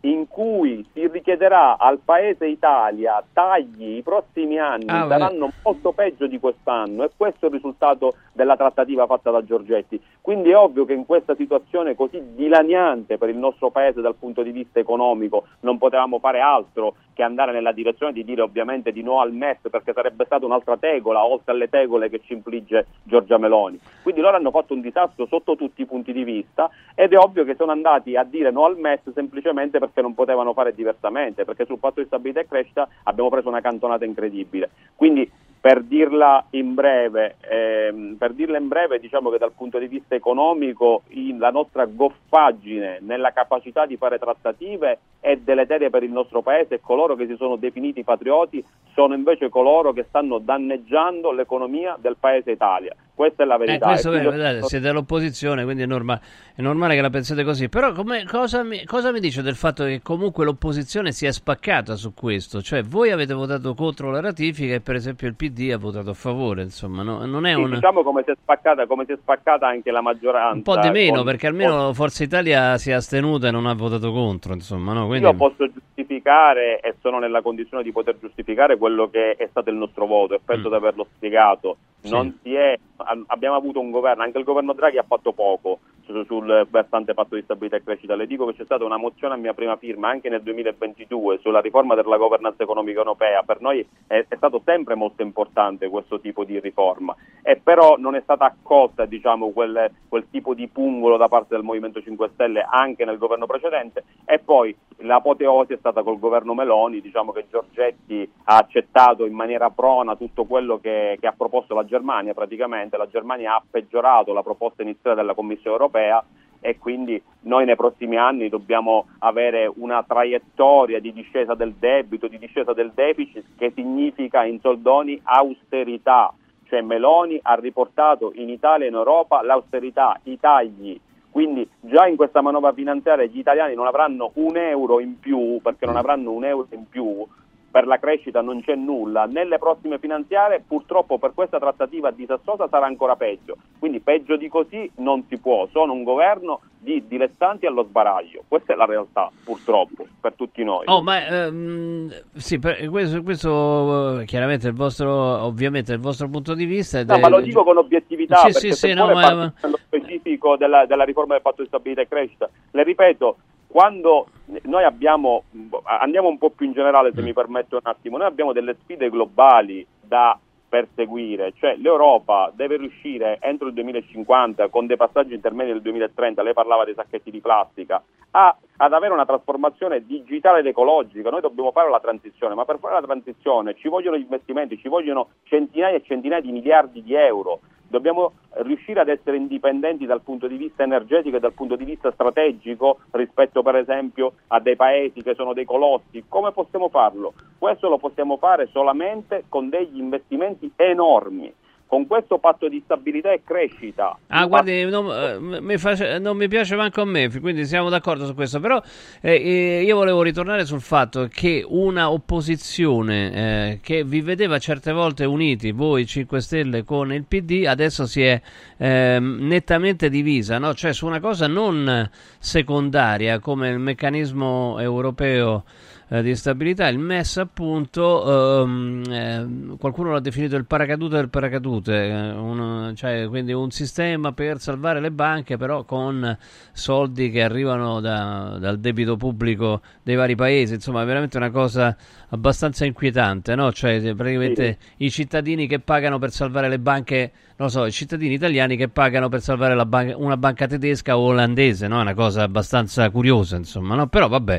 in cui si richiederà al Paese Italia tagli i prossimi anni ah, saranno molto peggio di quest'anno, e questo è il risultato della trattativa fatta da Giorgetti. Quindi è ovvio che in questa situazione così dilaniante per il nostro Paese dal punto di vista economico non potevamo fare altro che andare nella direzione di dire ovviamente di no al M E S, perché sarebbe stata un'altra tegola oltre alle tegole che ci infligge Giorgia Meloni. Quindi loro hanno fatto un disastro sotto tutti i punti di vista, ed è ovvio che sono andati a dire no al M E S semplicemente perché non potevano fare diversamente, perché sul patto di stabilità e crescita abbiamo preso una cantonata incredibile. Quindi per dirla in breve, ehm, per dirla in breve, diciamo che dal punto di vista economico in, la nostra goffaggine nella capacità di fare trattative è deleteria per il nostro Paese, e coloro che si sono definiti patrioti sono invece coloro che stanno danneggiando l'economia del Paese Italia. Questa è la verità. Eh, questo è è, vedete, siete all'opposizione, quindi è, norma- è normale che la pensiate così. Però come, cosa, mi, cosa mi dice del fatto che comunque l'opposizione si è spaccata su questo? Cioè voi avete votato contro la ratifica e per esempio il P D ha votato a favore, insomma, no? Non è sì, un... diciamo come si è spaccata, come si è spaccata anche la maggioranza. Un po' di meno, con... perché almeno Forza Italia si è astenuta e non ha votato contro, insomma, no? Quindi... Io posso giustificare, e sono nella condizione di poter giustificare quello che è stato il nostro voto, e penso Mm. di averlo spiegato. Sì. Non si è, abbiamo avuto un governo, anche il governo Draghi ha fatto poco sul, sul versante patto di stabilità e crescita. Le dico che c'è stata una mozione a mia prima firma anche nel duemilaventidue sulla riforma della governance economica europea. Per noi è, è stato sempre molto importante questo tipo di riforma, e però non è stata accolta, diciamo, quel, quel tipo di pungolo da parte del Movimento cinque Stelle anche nel governo precedente, e poi l'apoteosi è stata col governo Meloni. Diciamo che Giorgetti ha accettato in maniera prona tutto quello che, che ha proposto la Germania. Praticamente la Germania ha peggiorato la proposta iniziale della Commissione europea, e quindi noi nei prossimi anni dobbiamo avere una traiettoria di discesa del debito, di discesa del deficit, che significa in soldoni austerità. Cioè Meloni ha riportato in Italia e in Europa l'austerità, i tagli. Quindi già in questa manovra finanziaria gli italiani non avranno un euro in più, perché non avranno un euro in più. Per la crescita non c'è nulla. Nelle prossime finanziarie purtroppo per questa trattativa disastrosa sarà ancora peggio. Quindi peggio di così non si può. Sono un governo di dilettanti allo sbaraglio. Questa è la realtà, purtroppo, per tutti noi. Oh, ma ehm, sì, per questo, questo chiaramente il vostro, ovviamente il vostro punto di vista. No, ma lo dico con obiettività, sì, perché sì, se sì, vuole no, parlo ma... nello specifico della, della riforma del patto di stabilità e crescita. Le ripeto, quando noi abbiamo, andiamo un po' più in generale, se mi permette un attimo, noi abbiamo delle sfide globali da perseguire, cioè l'Europa deve riuscire entro il duemilacinquanta, con dei passaggi intermedi del duemilatrenta, lei parlava dei sacchetti di plastica, a, ad avere una trasformazione digitale ed ecologica. Noi dobbiamo fare la transizione, ma per fare la transizione ci vogliono investimenti, ci vogliono centinaia e centinaia di miliardi di euro. Dobbiamo riuscire ad essere indipendenti dal punto di vista energetico e dal punto di vista strategico rispetto per esempio a dei paesi che sono dei colossi. Come possiamo farlo? Questo lo possiamo fare solamente con degli investimenti enormi. Con questo patto di stabilità e crescita. Ah, guardi, non, eh, mi face, non mi piace manco a me, quindi siamo d'accordo su questo. Però eh, io volevo ritornare sul fatto che una opposizione eh, che vi vedeva certe volte uniti, voi cinque Stelle con il P D, adesso si è eh, nettamente divisa, no? Cioè su una cosa non secondaria come il meccanismo europeo di stabilità, il M E S appunto, ehm, eh, qualcuno l'ha definito il paracadute del paracadute, eh, un, cioè quindi un sistema per salvare le banche però con soldi che arrivano da, dal debito pubblico dei vari paesi. Insomma è veramente una cosa abbastanza inquietante, no? Cioè praticamente sì. I cittadini che pagano per salvare le banche, non so, i cittadini italiani che pagano per salvare la ban- una banca tedesca o olandese, no? È una cosa abbastanza curiosa, insomma, no? Però vabbè.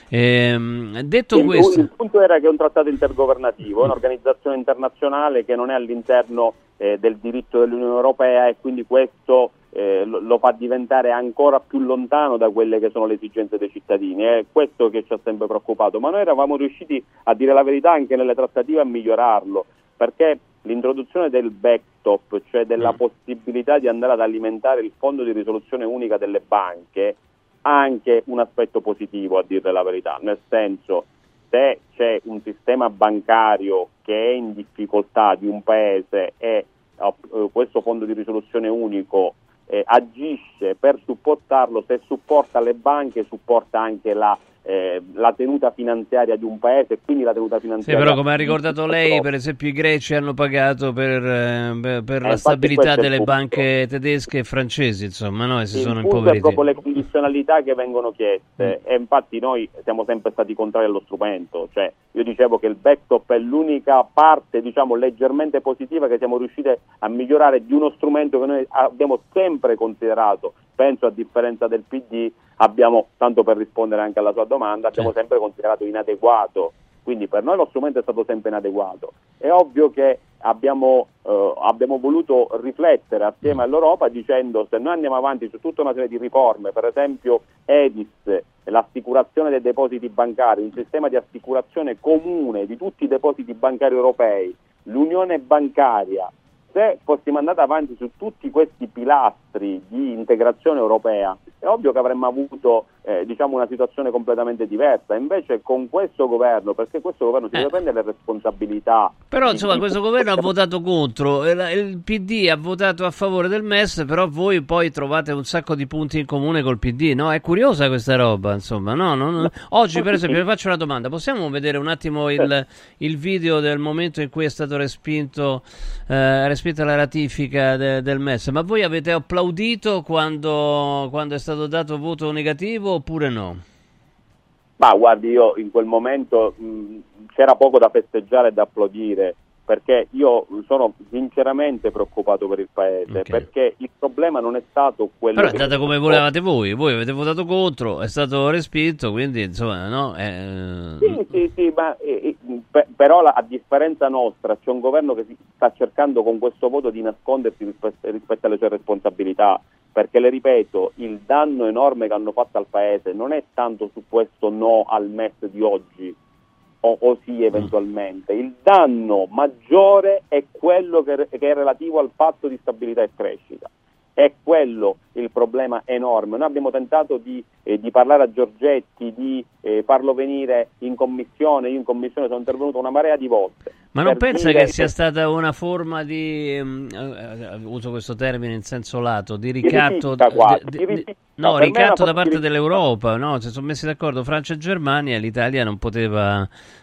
Ehm, detto il, questo, il punto era che è un trattato intergovernativo, è un'organizzazione internazionale che non è all'interno eh, del diritto dell'Unione Europea, e quindi questo eh, lo, lo fa diventare ancora più lontano da quelle che sono le esigenze dei cittadini. È questo che ci ha sempre preoccupato, ma noi eravamo riusciti, a dire la verità, anche nelle trattative a migliorarlo, perché l'introduzione del backstop, cioè della possibilità di andare ad alimentare il fondo di risoluzione unica delle banche, ha anche un aspetto positivo, a dire la verità, nel senso, se c'è un sistema bancario che è in difficoltà di un paese e uh, questo fondo di risoluzione unico eh, agisce per supportarlo, se supporta le banche supporta anche la eh, la tenuta finanziaria di un paese e quindi la tenuta Sì, finanziaria. però come ha ricordato lei, per esempio i greci hanno pagato per, eh, per, per Eh, la infatti stabilità questo è il delle punto. banche tedesche e francesi, insomma, no? E si Il sono punto è impoveriti. proprio le condizionalità che vengono chieste Mm. e infatti noi siamo sempre stati contrari allo strumento, cioè io dicevo che il backstop è l'unica parte, diciamo, leggermente positiva che siamo riusciti a migliorare di uno strumento che noi abbiamo sempre considerato, penso a differenza del P D, abbiamo, tanto per rispondere anche alla sua domanda, abbiamo sempre considerato inadeguato, quindi per noi lo strumento è stato sempre inadeguato. È ovvio che abbiamo, eh, abbiamo voluto riflettere assieme all'Europa dicendo se noi andiamo avanti su tutta una serie di riforme, per esempio EDIS, l'assicurazione dei depositi bancari, un sistema di assicurazione comune di tutti i depositi bancari europei, l'unione bancaria, se fossimo andati avanti su tutti questi pilastri di integrazione europea, è ovvio che avremmo avuto eh, diciamo una situazione completamente diversa. Invece con questo governo, perché questo governo si deve prendere le responsabilità. Però insomma questo governo ha votato contro, il, il P D ha votato a favore del M E S, però voi poi trovate un sacco di punti in comune col P D, no? È curiosa questa roba, insomma, no? Non, oggi per esempio vi faccio una domanda, possiamo vedere un attimo il, il video del momento in cui è stato respinto, eh, respinta la ratifica de, del M E S, ma voi avete applaudito quando, quando è stato dato voto negativo oppure no? Ma guardi, io in quel momento mh, c'era poco da festeggiare e da applaudire, perché io sono sinceramente preoccupato per il paese, Ok. perché il problema non è stato quello Però è che... andata come volevate voi, voi avete votato contro, è stato respinto, quindi insomma no? Eh, Sì, sì, sì, ma eh, eh, pe- però la- a differenza nostra c'è un governo che si sta cercando con questo voto di nascondersi rispetto, rispetto alle sue responsabilità, perché le ripeto, il danno enorme che hanno fatto al paese non è tanto su questo no al M E S di oggi, o, o sì eventualmente, il danno maggiore è quello che, che è relativo al patto di stabilità e crescita. È quello il problema enorme. Noi abbiamo tentato di, eh, di parlare a Giorgetti, di eh, farlo venire in commissione, io in commissione sono intervenuto una marea di volte. Ma non per pensa dire che sia stata una forma di, ehm, eh, uso questo termine in senso lato, di Di ricatto, ripicca quasi, di- di di- ripicca. no, Per me è una ricatto da forma di parte ripicca. dell'Europa, no? Si sono messi d'accordo Francia e Germania e l'Italia non poteva,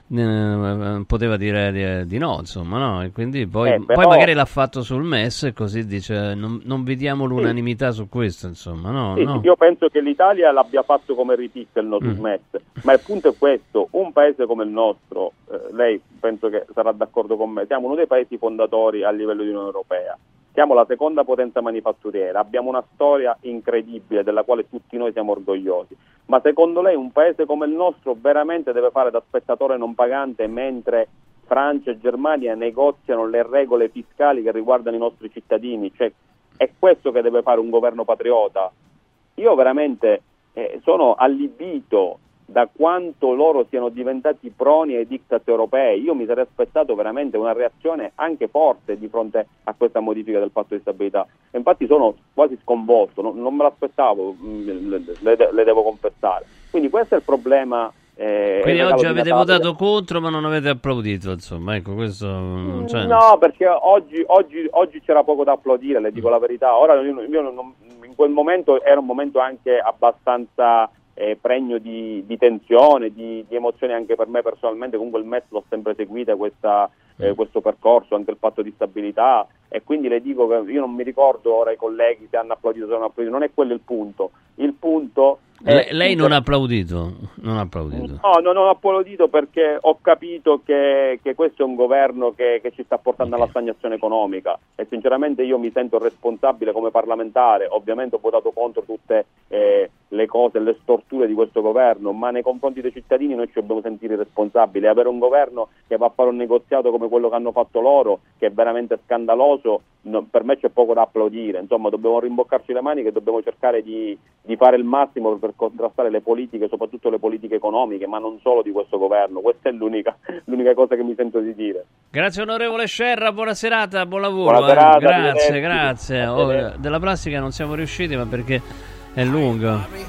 eh, poteva dire di, di no, insomma, no? E quindi poi, Eh, però- poi magari l'ha fatto sul M E S e così dice non, non vediamo l'unanimità su questo, insomma, no? Sì, no. io penso che l'Italia l'abbia fatto come ripicca il no sul Mm. M E S, ma il punto è questo, un paese come il nostro, eh, lei penso che sarà d'accordo con me, siamo uno dei paesi fondatori a livello di Unione Europea, siamo la seconda potenza manifatturiera, abbiamo una storia incredibile della quale tutti noi siamo orgogliosi, ma secondo lei un paese come il nostro veramente deve fare da spettatore non pagante mentre Francia e Germania negoziano le regole fiscali che riguardano i nostri cittadini? Cioè, è questo che deve fare un governo patriota? Io veramente eh, sono allibito da quanto loro siano diventati proni ai diktat europei. Io mi sarei aspettato veramente una reazione anche forte di fronte a questa modifica del patto di stabilità. E infatti sono quasi sconvolto, non, non me l'aspettavo, mh, le, le, le devo confessare. Quindi questo è il problema. Eh, Quindi il regalo oggi di avete Natale. votato contro ma non avete applaudito, insomma, ecco questo non c'è. No, perché oggi, oggi, oggi c'era poco da applaudire, le dico la verità. Ora io, io non, in quel momento era un momento anche abbastanza eh, pregno di, di tensione, di, di emozioni anche per me personalmente. Comunque il M E S l'ho sempre seguita questa, eh, questo percorso, anche il patto di stabilità, e quindi le dico che io non mi ricordo ora i colleghi se hanno applaudito o se non hanno applaudito, non è quello il punto. Il punto Le- lei non ha applaudito, non ha applaudito. No, no, non ho applaudito perché ho capito che, che questo è un governo che, che ci sta portando alla stagnazione economica e sinceramente io mi sento responsabile come parlamentare. Ovviamente ho votato contro tutte eh, le cose, le storture di questo governo, ma nei confronti dei cittadini noi ci dobbiamo sentire responsabili. Avere un governo che va a fare un negoziato come quello che hanno fatto loro, che è veramente scandaloso, no, per me c'è poco da applaudire. Insomma, dobbiamo rimboccarci le maniche e dobbiamo cercare di, di fare il massimo per contrastare le politiche, soprattutto le politiche economiche, ma non solo di questo governo. Questa è l'unica, l'unica cosa che mi sento di dire. Grazie onorevole Scerra, buona serata, buon lavoro. Buona eh. serata, Grazie, arrivederci. grazie. Oh, Arrivederci. della plastica non siamo riusciti, ma perché è lungo.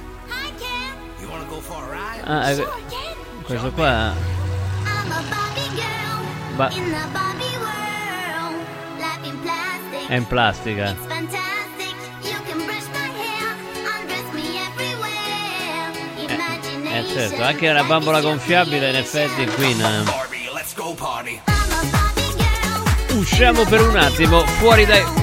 Ah, eh, questo qua. Ba- è in plastica. È, Eh certo, anche una bambola gonfiabile in effetti qui no. Usciamo per un attimo fuori dai...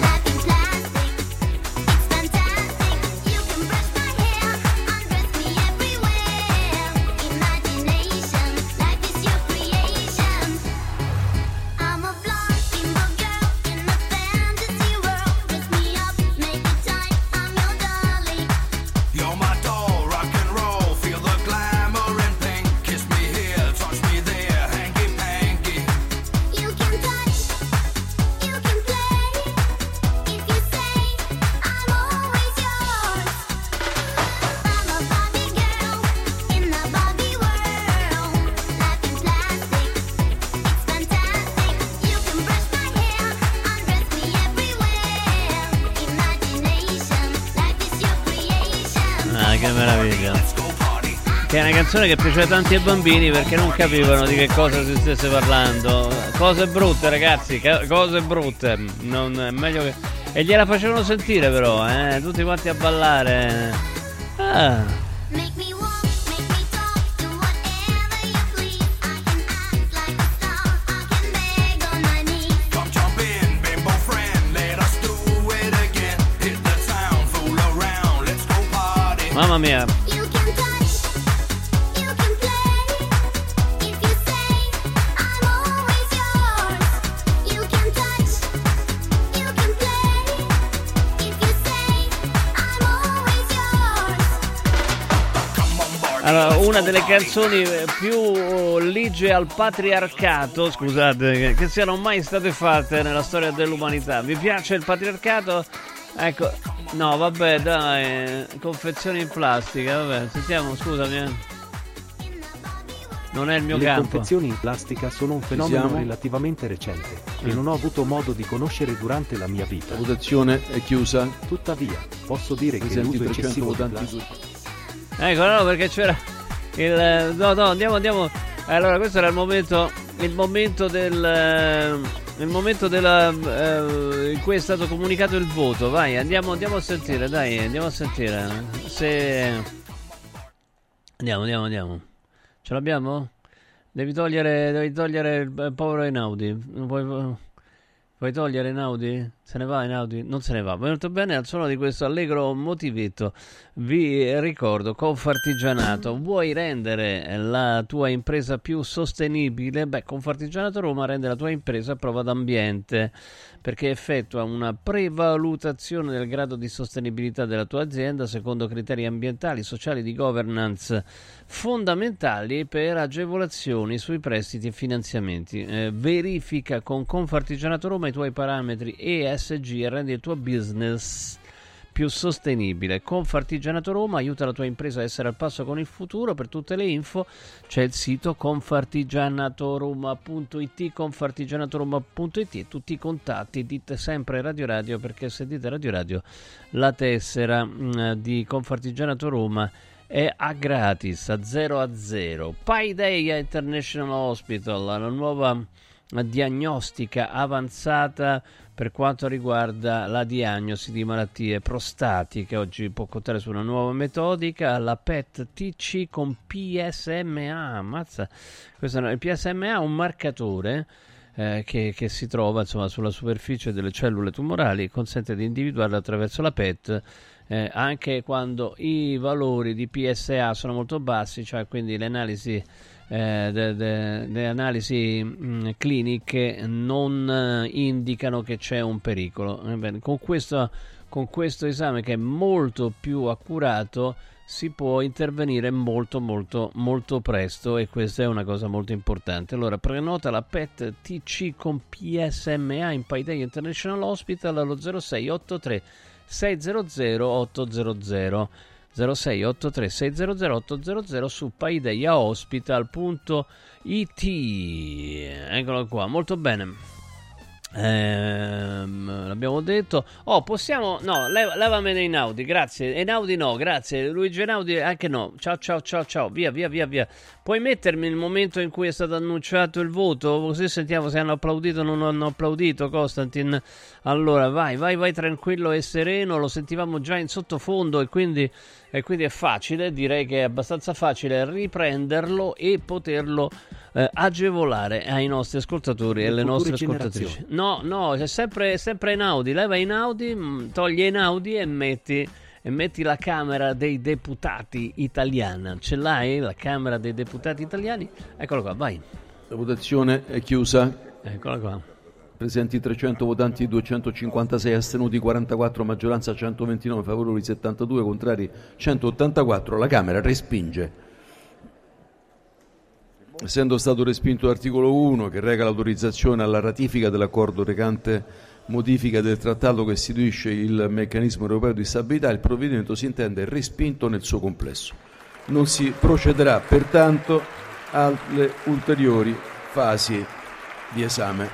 Che meraviglia. Che è una canzone che piaceva tanti ai bambini perché non capivano di che cosa si stesse parlando. Cose brutte, ragazzi, cose brutte. Non è meglio che... E gliela facevano sentire però, eh, tutti quanti a ballare. Ah. Mamma mia. Allora, una delle canzoni più ligie al patriarcato, scusate, che siano mai state fatte nella storia dell'umanità. Vi piace il patriarcato? Ecco, no, vabbè, dai, confezioni in plastica, vabbè, sentiamo, scusami. Eh. Non è il mio Le campo. Le confezioni in plastica sono un fenomeno Siamo? relativamente recente che Mm. non ho avuto modo di conoscere durante la mia vita. La votazione è chiusa. Tuttavia, posso dire che Presenti l'uso trecento eccessivo di votanti. plastica... Ecco, no, perché c'era il... No, no, andiamo, andiamo... Allora, questo era il momento, il momento del... Il momento della, eh, in cui è stato comunicato il voto. Vai, andiamo, andiamo a sentire, dai, andiamo a sentire. Se... Andiamo, andiamo, andiamo. Ce l'abbiamo? Devi togliere, devi togliere il povero Einaudi. Non puoi, puoi togliere Einaudi? Se ne va Einaudi? Non se ne va. Molto bene, al suono di questo allegro motivetto vi ricordo Confartigianato. Vuoi rendere la tua impresa più sostenibile? Beh, Confartigianato Roma rende la tua impresa a prova d'ambiente perché effettua una prevalutazione del grado di sostenibilità della tua azienda secondo criteri ambientali, sociali, di governance fondamentali per agevolazioni sui prestiti e finanziamenti. Eh, verifica con Confartigianato Roma i tuoi parametri E S G e rendi il tuo business più sostenibile. Confartigianato Roma aiuta la tua impresa a essere al passo con il futuro. Per tutte le info c'è il sito confartigianatoroma punto it, confartigianatoroma punto it, e tutti i contatti dite sempre Radio Radio, perché se dite Radio Radio la tessera mh, di Confartigianato Roma è a gratis, a zero a zero. Paideia International Hospital, la nuova diagnostica avanzata per quanto riguarda la diagnosi di malattie prostatiche. Oggi può contare su una nuova metodica, la P E T T C con P S M A. Ammazza, questo no, il P S M A è un marcatore eh, che, che si trova insomma sulla superficie delle cellule tumorali, consente di individuarle attraverso la P E T eh, anche quando i valori di P S A sono molto bassi, cioè quindi le analisi Eh, de, de, le analisi mh, cliniche non eh, indicano che c'è un pericolo. Ebbene, con questo, con questo esame, che è molto più accurato, si può intervenire molto molto molto presto, e questa è una cosa molto importante. Allora prenota la P E T T C con P S M A in Paideia International Hospital allo zero sei otto tre sei zero zero otto zero zero zero sei otto tre sei zero zero otto zero zero su paideia hospital punto it. Eccolo qua, molto bene. Ehm, l'abbiamo detto. Oh, possiamo. No, lev- levamene Einaudi, grazie. Einaudi no, grazie. Luigi Einaudi anche no. Ciao, ciao, ciao, ciao. Via, via, via, via. Puoi mettermi il momento in cui è stato annunciato il voto? Così sentiamo se hanno applaudito o non hanno applaudito, Costantin. Allora, vai, vai, vai tranquillo e sereno. Lo sentivamo già in sottofondo e quindi, e quindi è facile. Direi che è abbastanza facile riprenderlo e poterlo eh, agevolare ai nostri ascoltatori e alle nostre ascoltatrici. No, no, è sempre, è sempre Einaudi. Leva Einaudi, togli Einaudi e metti, e metti la Camera dei Deputati italiana. Ce l'hai la Camera dei Deputati italiani? Eccola qua, vai. La votazione è chiusa. Eccola qua. Presenti trecento votanti, duecentocinquantasei, astenuti quarantaquattro, maggioranza centoventinove, favorevoli settantadue, contrari centottantaquattro. La Camera respinge. Essendo stato respinto l'articolo uno che reca l'autorizzazione alla ratifica dell'accordo recante modifica del trattato che istituisce il meccanismo europeo di stabilità, il provvedimento si intende respinto nel suo complesso. Non si procederà pertanto alle ulteriori fasi di esame.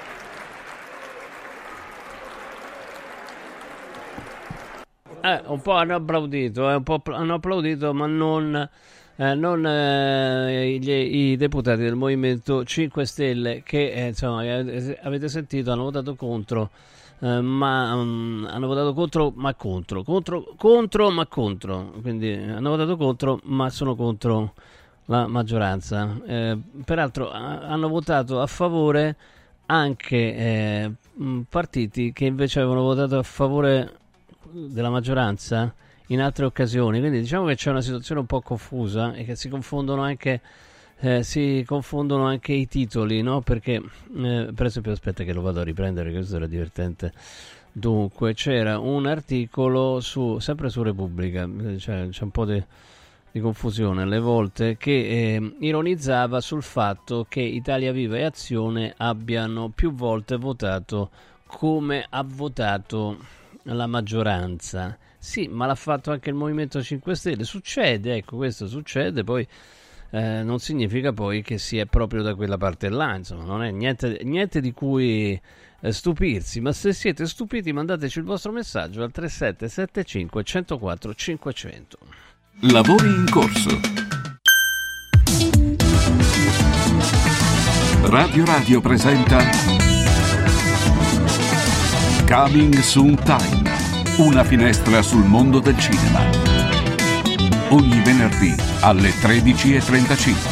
Eh, un po' hanno applaudito, eh, un po' hanno applaudito, ma non... Eh, non eh, gli, i deputati del Movimento cinque Stelle che eh, insomma eh, avete sentito hanno votato contro eh, ma um, hanno votato contro ma contro contro contro ma contro quindi hanno votato contro ma sono contro la maggioranza. Eh, peraltro a, hanno votato a favore anche eh, partiti che invece avevano votato a favore della maggioranza in altre occasioni, quindi diciamo che c'è una situazione un po' confusa e che si confondono anche eh, si confondono anche i titoli, no? Perché eh, per esempio, aspetta che lo vado a riprendere, che questo era divertente. Dunque c'era un articolo su sempre su Repubblica, cioè, c'è un po' di, di confusione alle volte, che eh, ironizzava sul fatto che Italia Viva e Azione abbiano più volte votato come ha votato la maggioranza. Sì, ma l'ha fatto anche il Movimento cinque Stelle. Succede, ecco, questo succede, poi eh, non significa poi che si è proprio da quella parte là, insomma, non è niente, niente di cui eh, stupirsi, ma se siete stupiti mandateci il vostro messaggio al tre sette sette cinque uno zero quattro cinquecento. Lavori in corso. Radio Radio presenta Coming Soon Time. Una finestra sul mondo del cinema. Ogni venerdì alle tredici e trentacinque.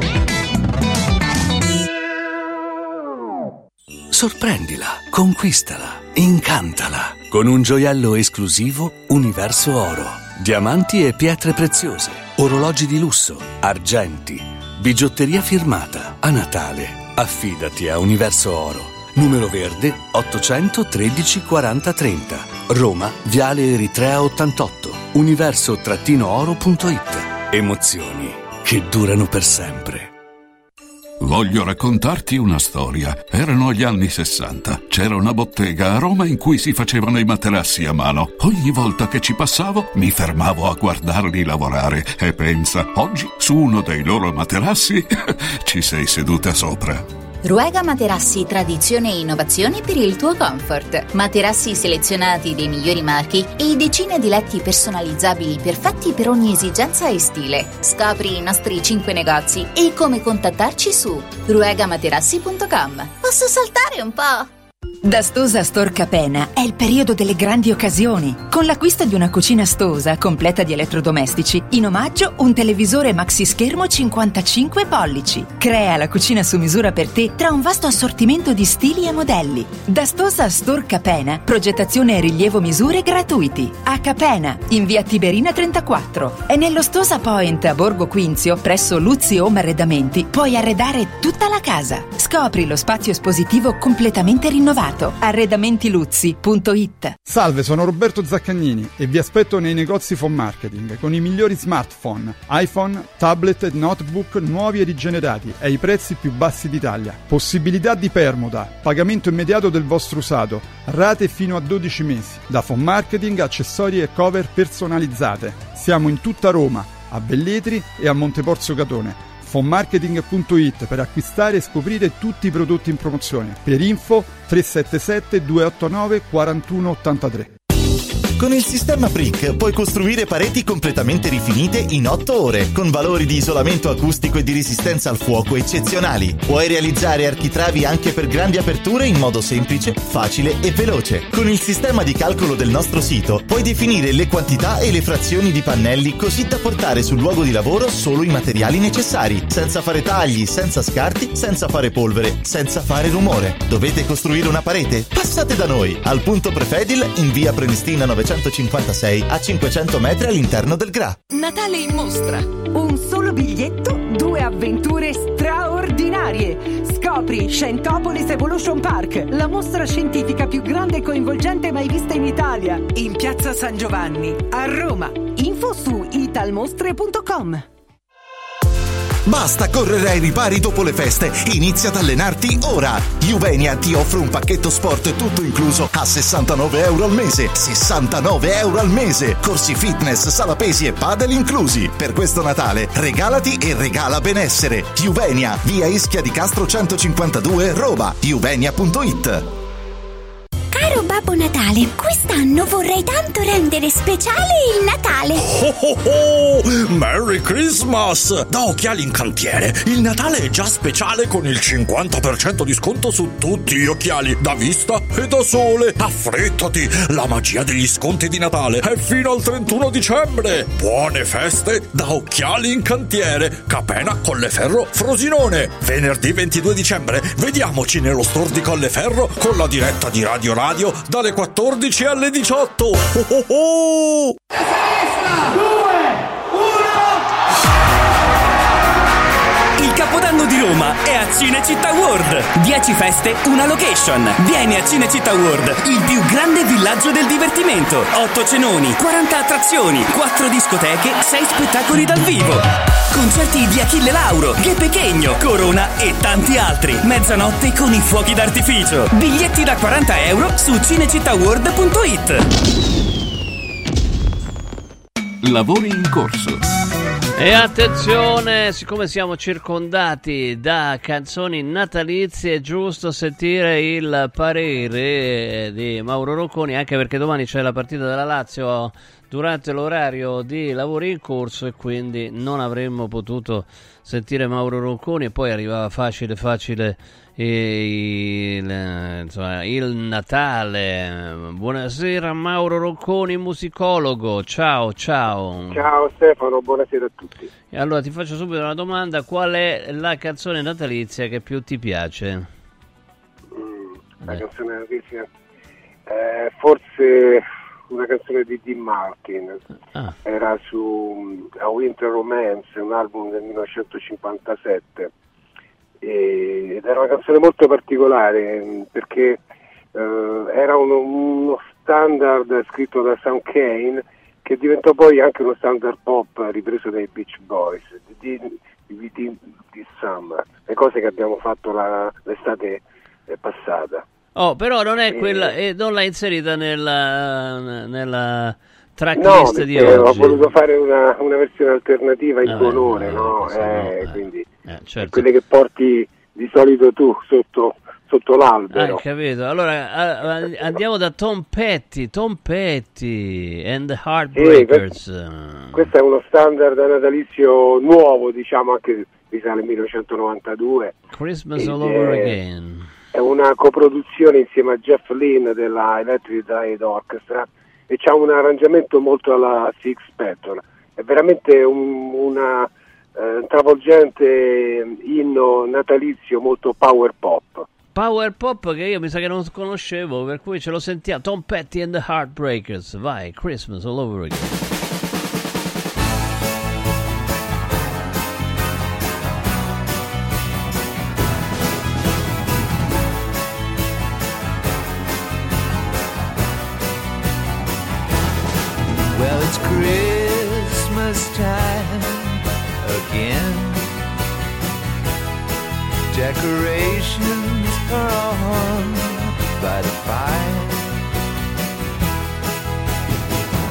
Sorprendila, conquistala, incantala con un gioiello esclusivo Universo Oro. Diamanti e pietre preziose, orologi di lusso, argenti, bigiotteria firmata. A Natale affidati a Universo Oro. Numero verde ottocentotredici quaranta trenta, Roma, Viale Eritrea ottantotto, universo oro punto it. Emozioni che durano per sempre. Voglio raccontarti una storia. Erano gli anni sessanta. C'era una bottega a Roma in cui si facevano i materassi a mano. Ogni volta che ci passavo mi fermavo a guardarli lavorare e pensa, oggi su uno dei loro materassi ci sei seduta sopra. Ruega Materassi, tradizione e innovazione per il tuo comfort. Materassi selezionati dei migliori marchi e decine di letti personalizzabili perfetti per ogni esigenza e stile. Scopri i nostri cinque negozi e come contattarci su ruega materassi punto com. Posso saltare un po'? Da Stosa Store Capena è il periodo delle grandi occasioni. Con l'acquisto di una cucina Stosa completa di elettrodomestici, in omaggio un televisore maxi schermo cinquantacinque pollici. Crea la cucina su misura per te tra un vasto assortimento di stili e modelli. Da Stosa Store Capena, progettazione e rilievo misure gratuiti. A Capena, in via Tiberina trentaquattro. E nello Stosa Point a Borgo Quinzio, presso Luzzi Home Arredamenti, puoi arredare tutta la casa. Scopri lo spazio espositivo completamente rinnovato. arredamenti luzzi punto it. Salve, sono Roberto Zaccagnini e vi aspetto nei negozi Phone Marketing con i migliori smartphone, iPhone, tablet e notebook nuovi e rigenerati ai prezzi più bassi d'Italia. Possibilità di permuta, pagamento immediato del vostro usato, rate fino a dodici mesi. Da Phone Marketing, accessori e cover personalizzate. Siamo in tutta Roma, a Velletri e a Monteporzio Catone. fonmarketing punto it per acquistare e scoprire tutti i prodotti in promozione. Per info tre sette sette due otto nove quattro uno otto tre. Con il sistema Brick puoi costruire pareti completamente rifinite in otto ore, con valori di isolamento acustico e di resistenza al fuoco eccezionali. Puoi realizzare architravi anche per grandi aperture in modo semplice, facile e veloce. Con il sistema di calcolo del nostro sito puoi definire le quantità e le frazioni di pannelli così da portare sul luogo di lavoro solo i materiali necessari, senza fare tagli, senza scarti, senza fare polvere, senza fare rumore. Dovete costruire una parete? Passate da noi, al punto Prefedil in via Prenestina novecentocinquantasei a cinquecento metri all'interno del Gra. Natale in mostra. Un solo biglietto, due avventure straordinarie. Scopri Scientopolis Evolution Park, la mostra scientifica più grande e coinvolgente mai vista in Italia. In piazza San Giovanni, a Roma. Info su italmostre punto com. Basta correre ai ripari dopo le feste, inizia ad allenarti ora. Juvenia ti offre un pacchetto sport tutto incluso a sessantanove euro al mese. sessantanove euro al mese. Corsi fitness, sala pesi e padel inclusi. Per questo Natale regalati e regala benessere. Juvenia, via Ischia di Castro centocinquantadue, Roma. juvenia punto it. Caro Babbo Natale, quest'anno vorrei tanto rendere speciale il Natale. Oh oh oh! Merry Christmas! Da Occhiali in Cantiere, il Natale è già speciale con il cinquanta per cento di sconto su tutti gli occhiali, da vista e da sole. Affrettati! La magia degli sconti di Natale è fino al trentuno dicembre. Buone feste da Occhiali in Cantiere, Capena, Colleferro, Frosinone. Venerdì ventidue dicembre, vediamoci nello store di Colleferro con la diretta di Radio Radio dalle quattordici alle diciotto. Oh oh oh! Il Capodanno di Roma è a Cinecittà World. dieci feste, una location. Vieni a Cinecittà World, il più grande villaggio del divertimento. otto cenoni, quaranta attrazioni, quattro discoteche, sei spettacoli dal vivo. Concerti di Achille Lauro, Che Pechegno, Corona e tanti altri. Mezzanotte con i fuochi d'artificio. Biglietti da quaranta euro su cinecittàworld punto it. Lavori in corso. E attenzione, siccome siamo circondati da canzoni natalizie, è giusto sentire il parere di Mauro Rocconi, anche perché domani c'è la partita della Lazio durante l'orario di lavori in corso e quindi non avremmo potuto sentire Mauro Rocconi, e poi arrivava facile facile il, insomma, il Natale. Buonasera Mauro Rocconi, musicologo, ciao ciao. Ciao Stefano, buonasera a tutti. E allora ti faccio subito una domanda: qual è la canzone natalizia che più ti piace? Mm, la eh. canzone natalizia eh, forse una canzone di Dean Martin, ah. era su A Winter Romance, un album del millenovecentocinquantasette, e, ed era una canzone molto particolare perché eh, era uno, uno standard scritto da Sam Kane che diventò poi anche uno standard pop ripreso dai Beach Boys, di, di, di, di Summer, le cose che abbiamo fatto la, l'estate passata. Oh, però non è quella, eh, non l'ha inserita nella, nella tracklist no, di oggi. Ho voluto fare una, una versione alternativa in ah, tuo onore, no, no? no, eh, no, quindi eh, certo. quelle che porti di solito tu sotto, sotto l'albero. Ah, capito. Allora a, a, andiamo da Tom Petty, Tom Petty and the Heartbreakers. Sì, questo, questo è uno standard natalizio nuovo, diciamo, anche risale al millenovecentonovantadue. Christmas All Over è, Again. È una coproduzione insieme a Jeff Lynne della Electric Light Orchestra e c'ha un arrangiamento molto alla Six Spector. È veramente un una, eh, travolgente inno natalizio molto power pop. Power pop che io mi sa che non conoscevo, per cui ce lo sentiamo. Tom Petty and the Heartbreakers. Vai, Christmas All Over Again. Well, it's Christmas time again. Decorations are on by the fire.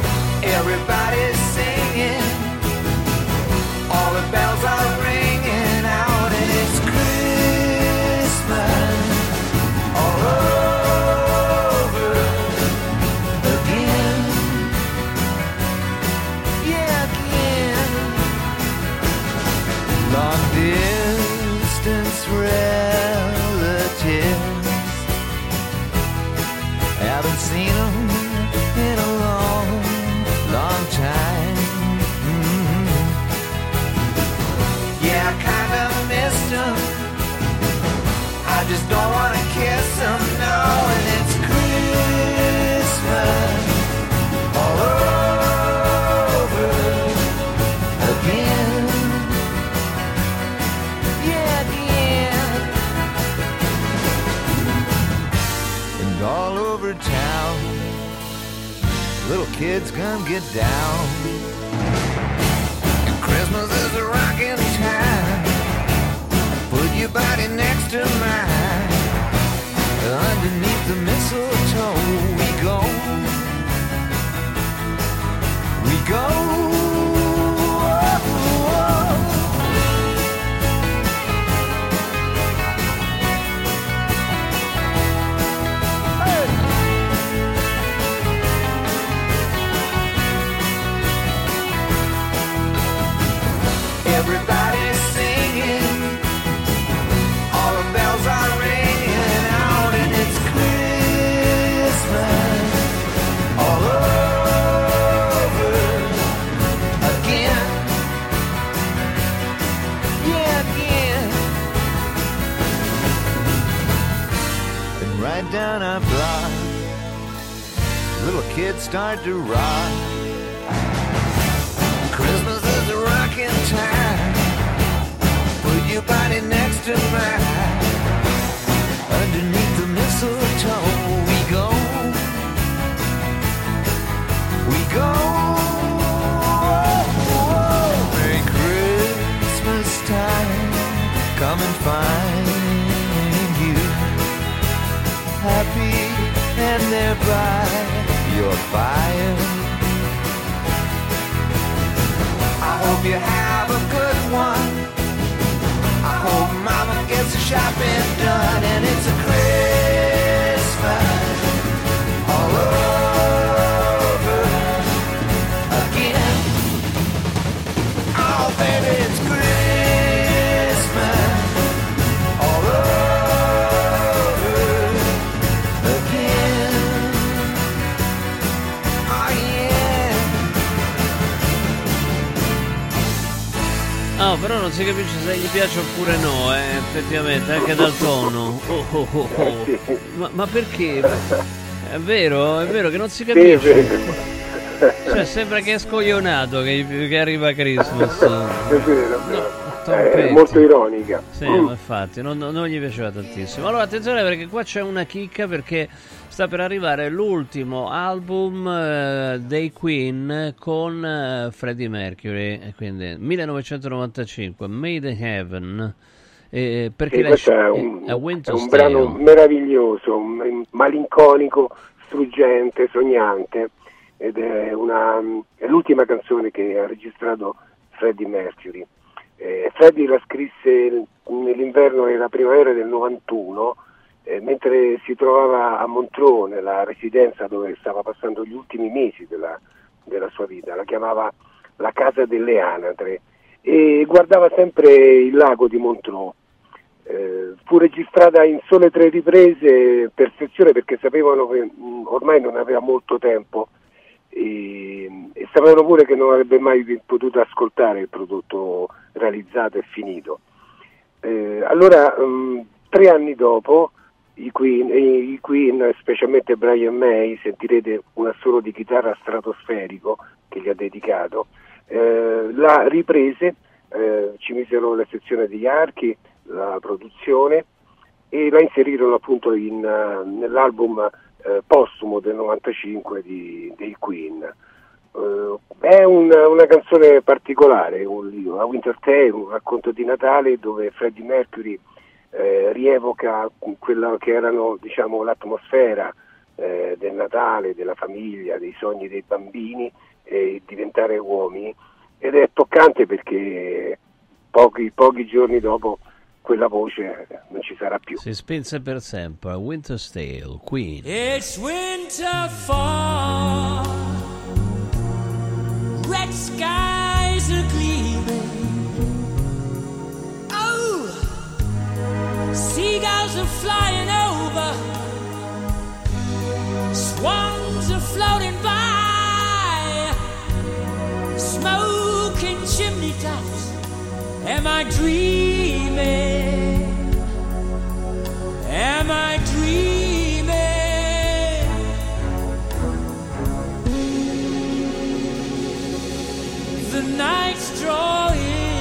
Everybody's singing, all the bells are ringing. long distance relatives. Haven't seen them in a long, long time. Mm-hmm. Yeah, I kinda missed them. I just don't wanna kiss them, no. And it's Christmas all over again. Yeah, again. And all over town, little kids gonna get down. And Christmas is a rockin' time. Put your body next to mine. Underneath the mistletoe we go. We go. Everybody's singing, all the bells are ringing out, and it's Christmas all over again. Yeah, again. And right down our block, little kids start to rock. Christmas is a rockin' time. Put your body next to mine. Underneath the mistletoe we go. We go. Merry Christmas time. Come and find you happy and thereby your fire. I hope you have a good one. I hope mama gets the shopping done, and it's a Christmas all over again. Oh baby, it's Christmas all over again. Oh yeah. Oh, però non si capisce se gli piace oppure no, eh, effettivamente, anche dal tono. Oh, oh, oh, oh. Ma, ma perché? È vero, è vero che non si capisce. Cioè, sembra che è scoglionato che, che arriva Christmas. È vero, no, è molto ironica. Sì, mm. ma infatti non, non gli piaceva tantissimo. Allora attenzione, perché qua c'è una chicca, perché sta per arrivare l'ultimo album uh, dei Queen con uh, Freddie Mercury, quindi millenovecentonovantacinque, Made in Heaven. Eh, perché la questo è un, è un brano meraviglioso, malinconico, struggente, sognante, ed è, una, è l'ultima canzone che ha registrato Freddie Mercury. Eh, Freddie la scrisse nell'inverno e la primavera del novantuno, eh, mentre si trovava a Montreux, nella residenza dove stava passando gli ultimi mesi della, della sua vita. La chiamava la casa delle anatre e guardava sempre il lago di Montreux. Eh, fu registrata in sole tre riprese per sezione, perché sapevano che mh, ormai non aveva molto tempo e, e sapevano pure che non avrebbe mai potuto ascoltare il prodotto realizzato e finito. Eh, allora mh, tre anni dopo i Queen, i Queen, specialmente Brian May, sentirete un assolo di chitarra stratosferico che gli ha dedicato, eh, la riprese, eh, ci misero la sezione degli archi, la produzione, e la inserirono appunto in, uh, nell'album uh, postumo del novantacinque di, dei Queen. Uh, è un, una canzone particolare, un, una Winter Tale, un racconto di Natale dove Freddie Mercury eh, rievoca quella che erano, diciamo, l'atmosfera eh, del Natale, della famiglia, dei sogni dei bambini e diventare uomini, ed è toccante perché pochi, pochi giorni dopo quella voce non ci sarà più. Si spinse per sempre. Winter's Tale, Queen. It's winter fall, red skies are gleaming, Clouds are flying over, swans are floating by, smoking chimney tops. Am I dreaming? Am I dreaming? The night's drawing.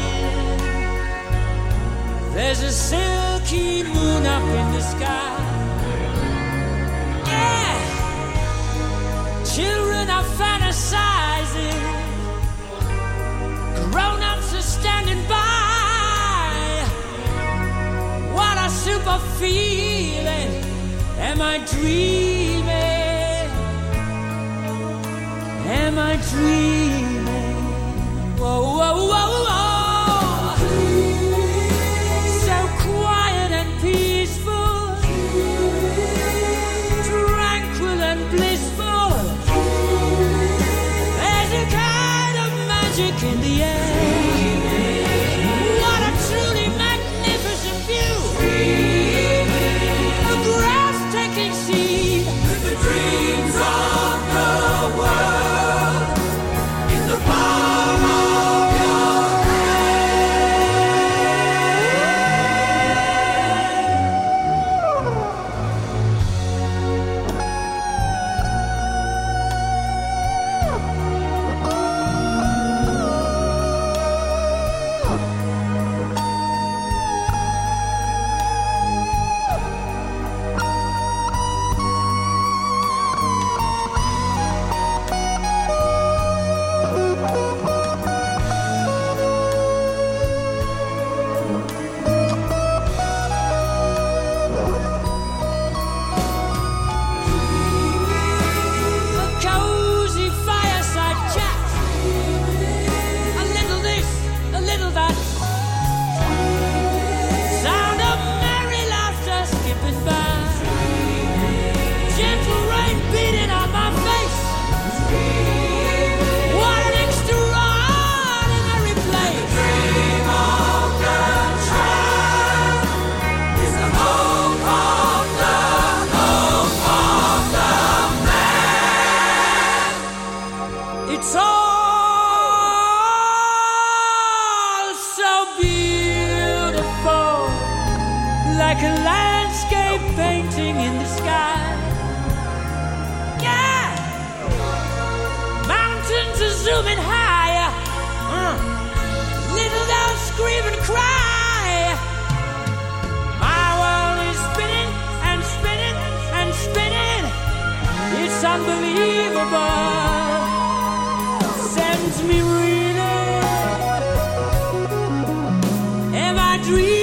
There's a silky moon up in the sky. Yeah, children are fantasizing. Grown-ups are standing by. What a super feeling. Am I dreaming? Am I dreaming? Whoa, whoa, whoa, whoa. In the air, what a truly magnificent view, a breathtaking scene, with the dreams of the world in the palm of your like a landscape painting in the sky. Yeah, mountains are zooming higher. Uh. Little dogs scream and cry. My world is spinning and spinning and spinning. It's unbelievable. Sends me reeling. Am I dreaming?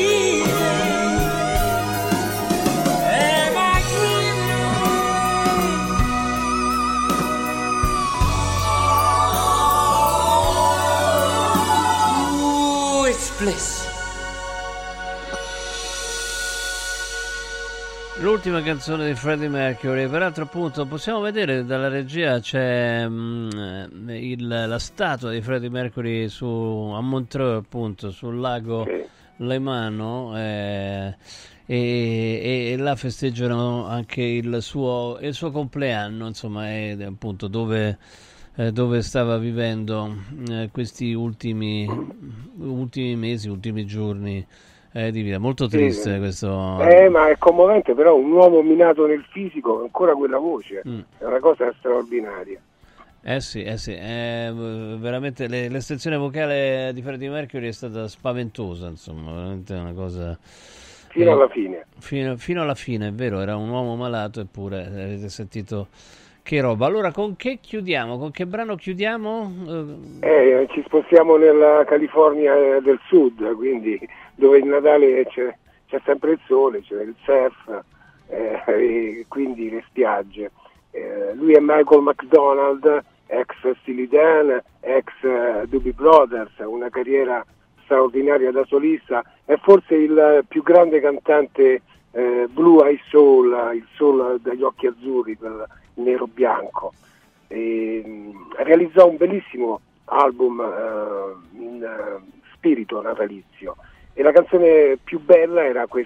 L'ultima canzone di Freddie Mercury, peraltro appunto possiamo vedere dalla regia c'è mh, il, la statua di Freddie Mercury su, a Montreux appunto sul lago sì. Lemano eh, e, e là festeggiano anche il suo, il suo compleanno, insomma è appunto dove, eh, dove stava vivendo eh, questi ultimi, ultimi mesi, ultimi giorni Eh, di vita. Molto triste sì, questo. Eh, ma è commovente, però un uomo minato nel fisico, ancora quella voce, mm. è una cosa straordinaria. Eh sì, eh sì, eh, veramente le, l'estensione vocale di Freddie Mercury è stata spaventosa, insomma, veramente una cosa. Fino eh, alla fine. Fino, fino alla fine, è vero, era un uomo malato, eppure avete sentito che roba. Allora, con che chiudiamo? Con che brano chiudiamo? Eh, ci spostiamo nella California del Sud, quindi dove il Natale c'è, c'è sempre il sole, c'è il surf, eh, e quindi le spiagge. Eh, lui è Michael McDonald, ex Steely Dan, ex uh, Doobie Brothers, una carriera straordinaria da solista, è forse il più grande cantante eh, Blue Eye Soul, il soul dagli occhi azzurri, quel nero bianco. E, realizzò un bellissimo album uh, in uh, spirito natalizio. E la canzone più bella era questa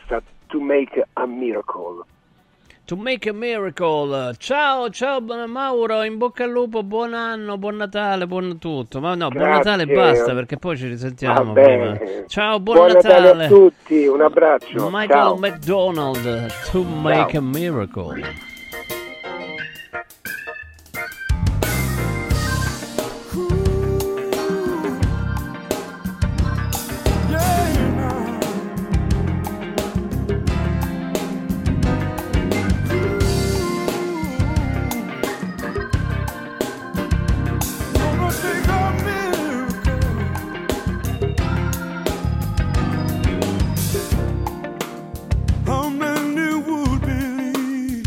to make a miracle. To make a miracle. Ciao, ciao Mauro, in bocca al lupo, buon anno, buon Natale, buon tutto. Ma no, buon Grazie. Natale e basta, perché poi ci risentiamo Va prima. bene. Ciao, buon, Buon Natale Natale a tutti, un abbraccio. Michael Ciao. McDonald, To Make a Miracle. How many would believe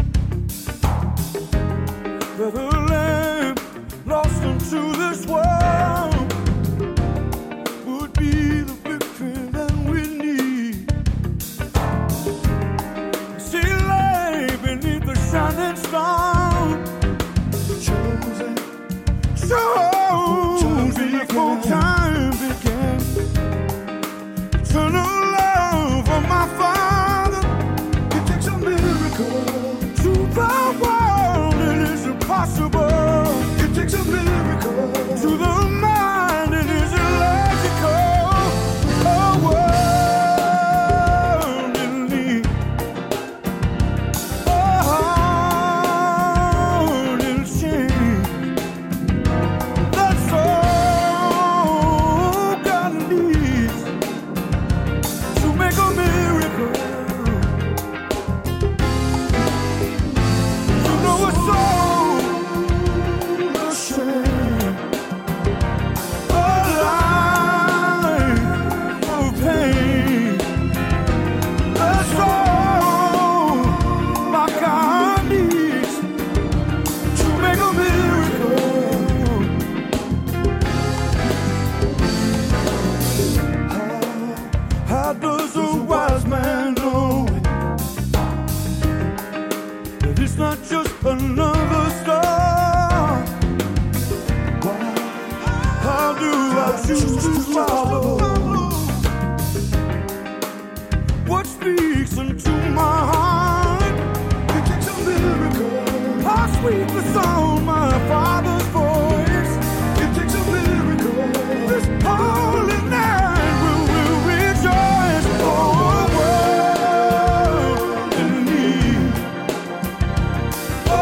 that the lamb lost into this world would be the victory that we need? She lay beneath the shining star, chosen, chosen before time began. Eternal love of my Father, it takes a miracle to the world. It is impossible. It takes a miracle to the mind. It is illogical. A world in need, a heart in shame. That's all God needs to make a miracle. You know it's so ashamed, a life of pain. That's all my God needs to make a miracle. How does a wise man know that it's not just another star? How do I choose to follow what speaks into my heart? It takes a miracle. How sweet the sound, my Father's voice. It takes a miracle. This holy night will will rejoice. Oh, world in need, a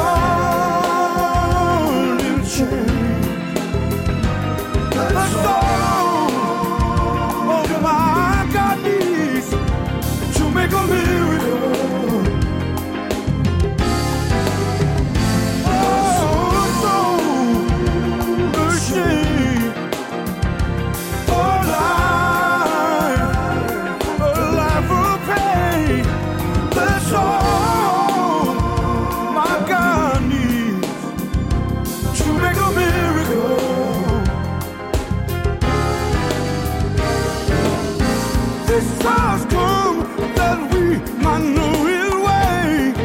heart in chains. That's all of my God needs to make a miracle. Oh, so ashamed. A life, a life of pain. That's all my God needs to make a miracle. This has come that we might know His way.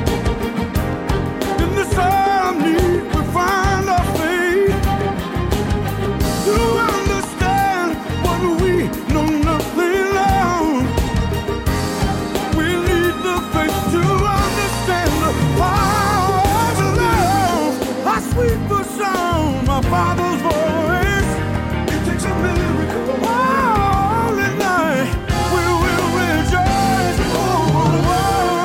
In this time of need, we find our faith to understand what we know nothing of. We need the faith to understand the power of love. How sweet the sound, my Father's voice. It takes a miracle. Holy night, we will rejoice. Oh, oh, oh.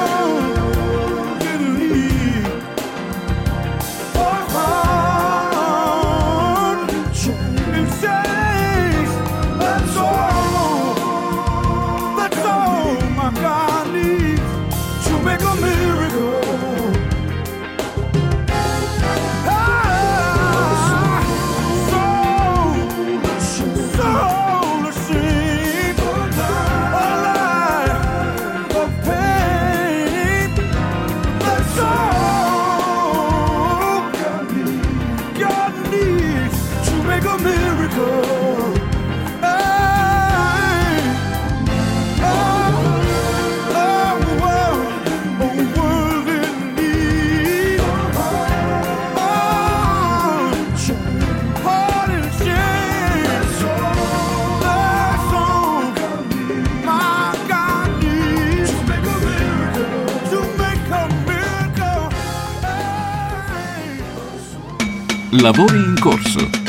Lavori in corso.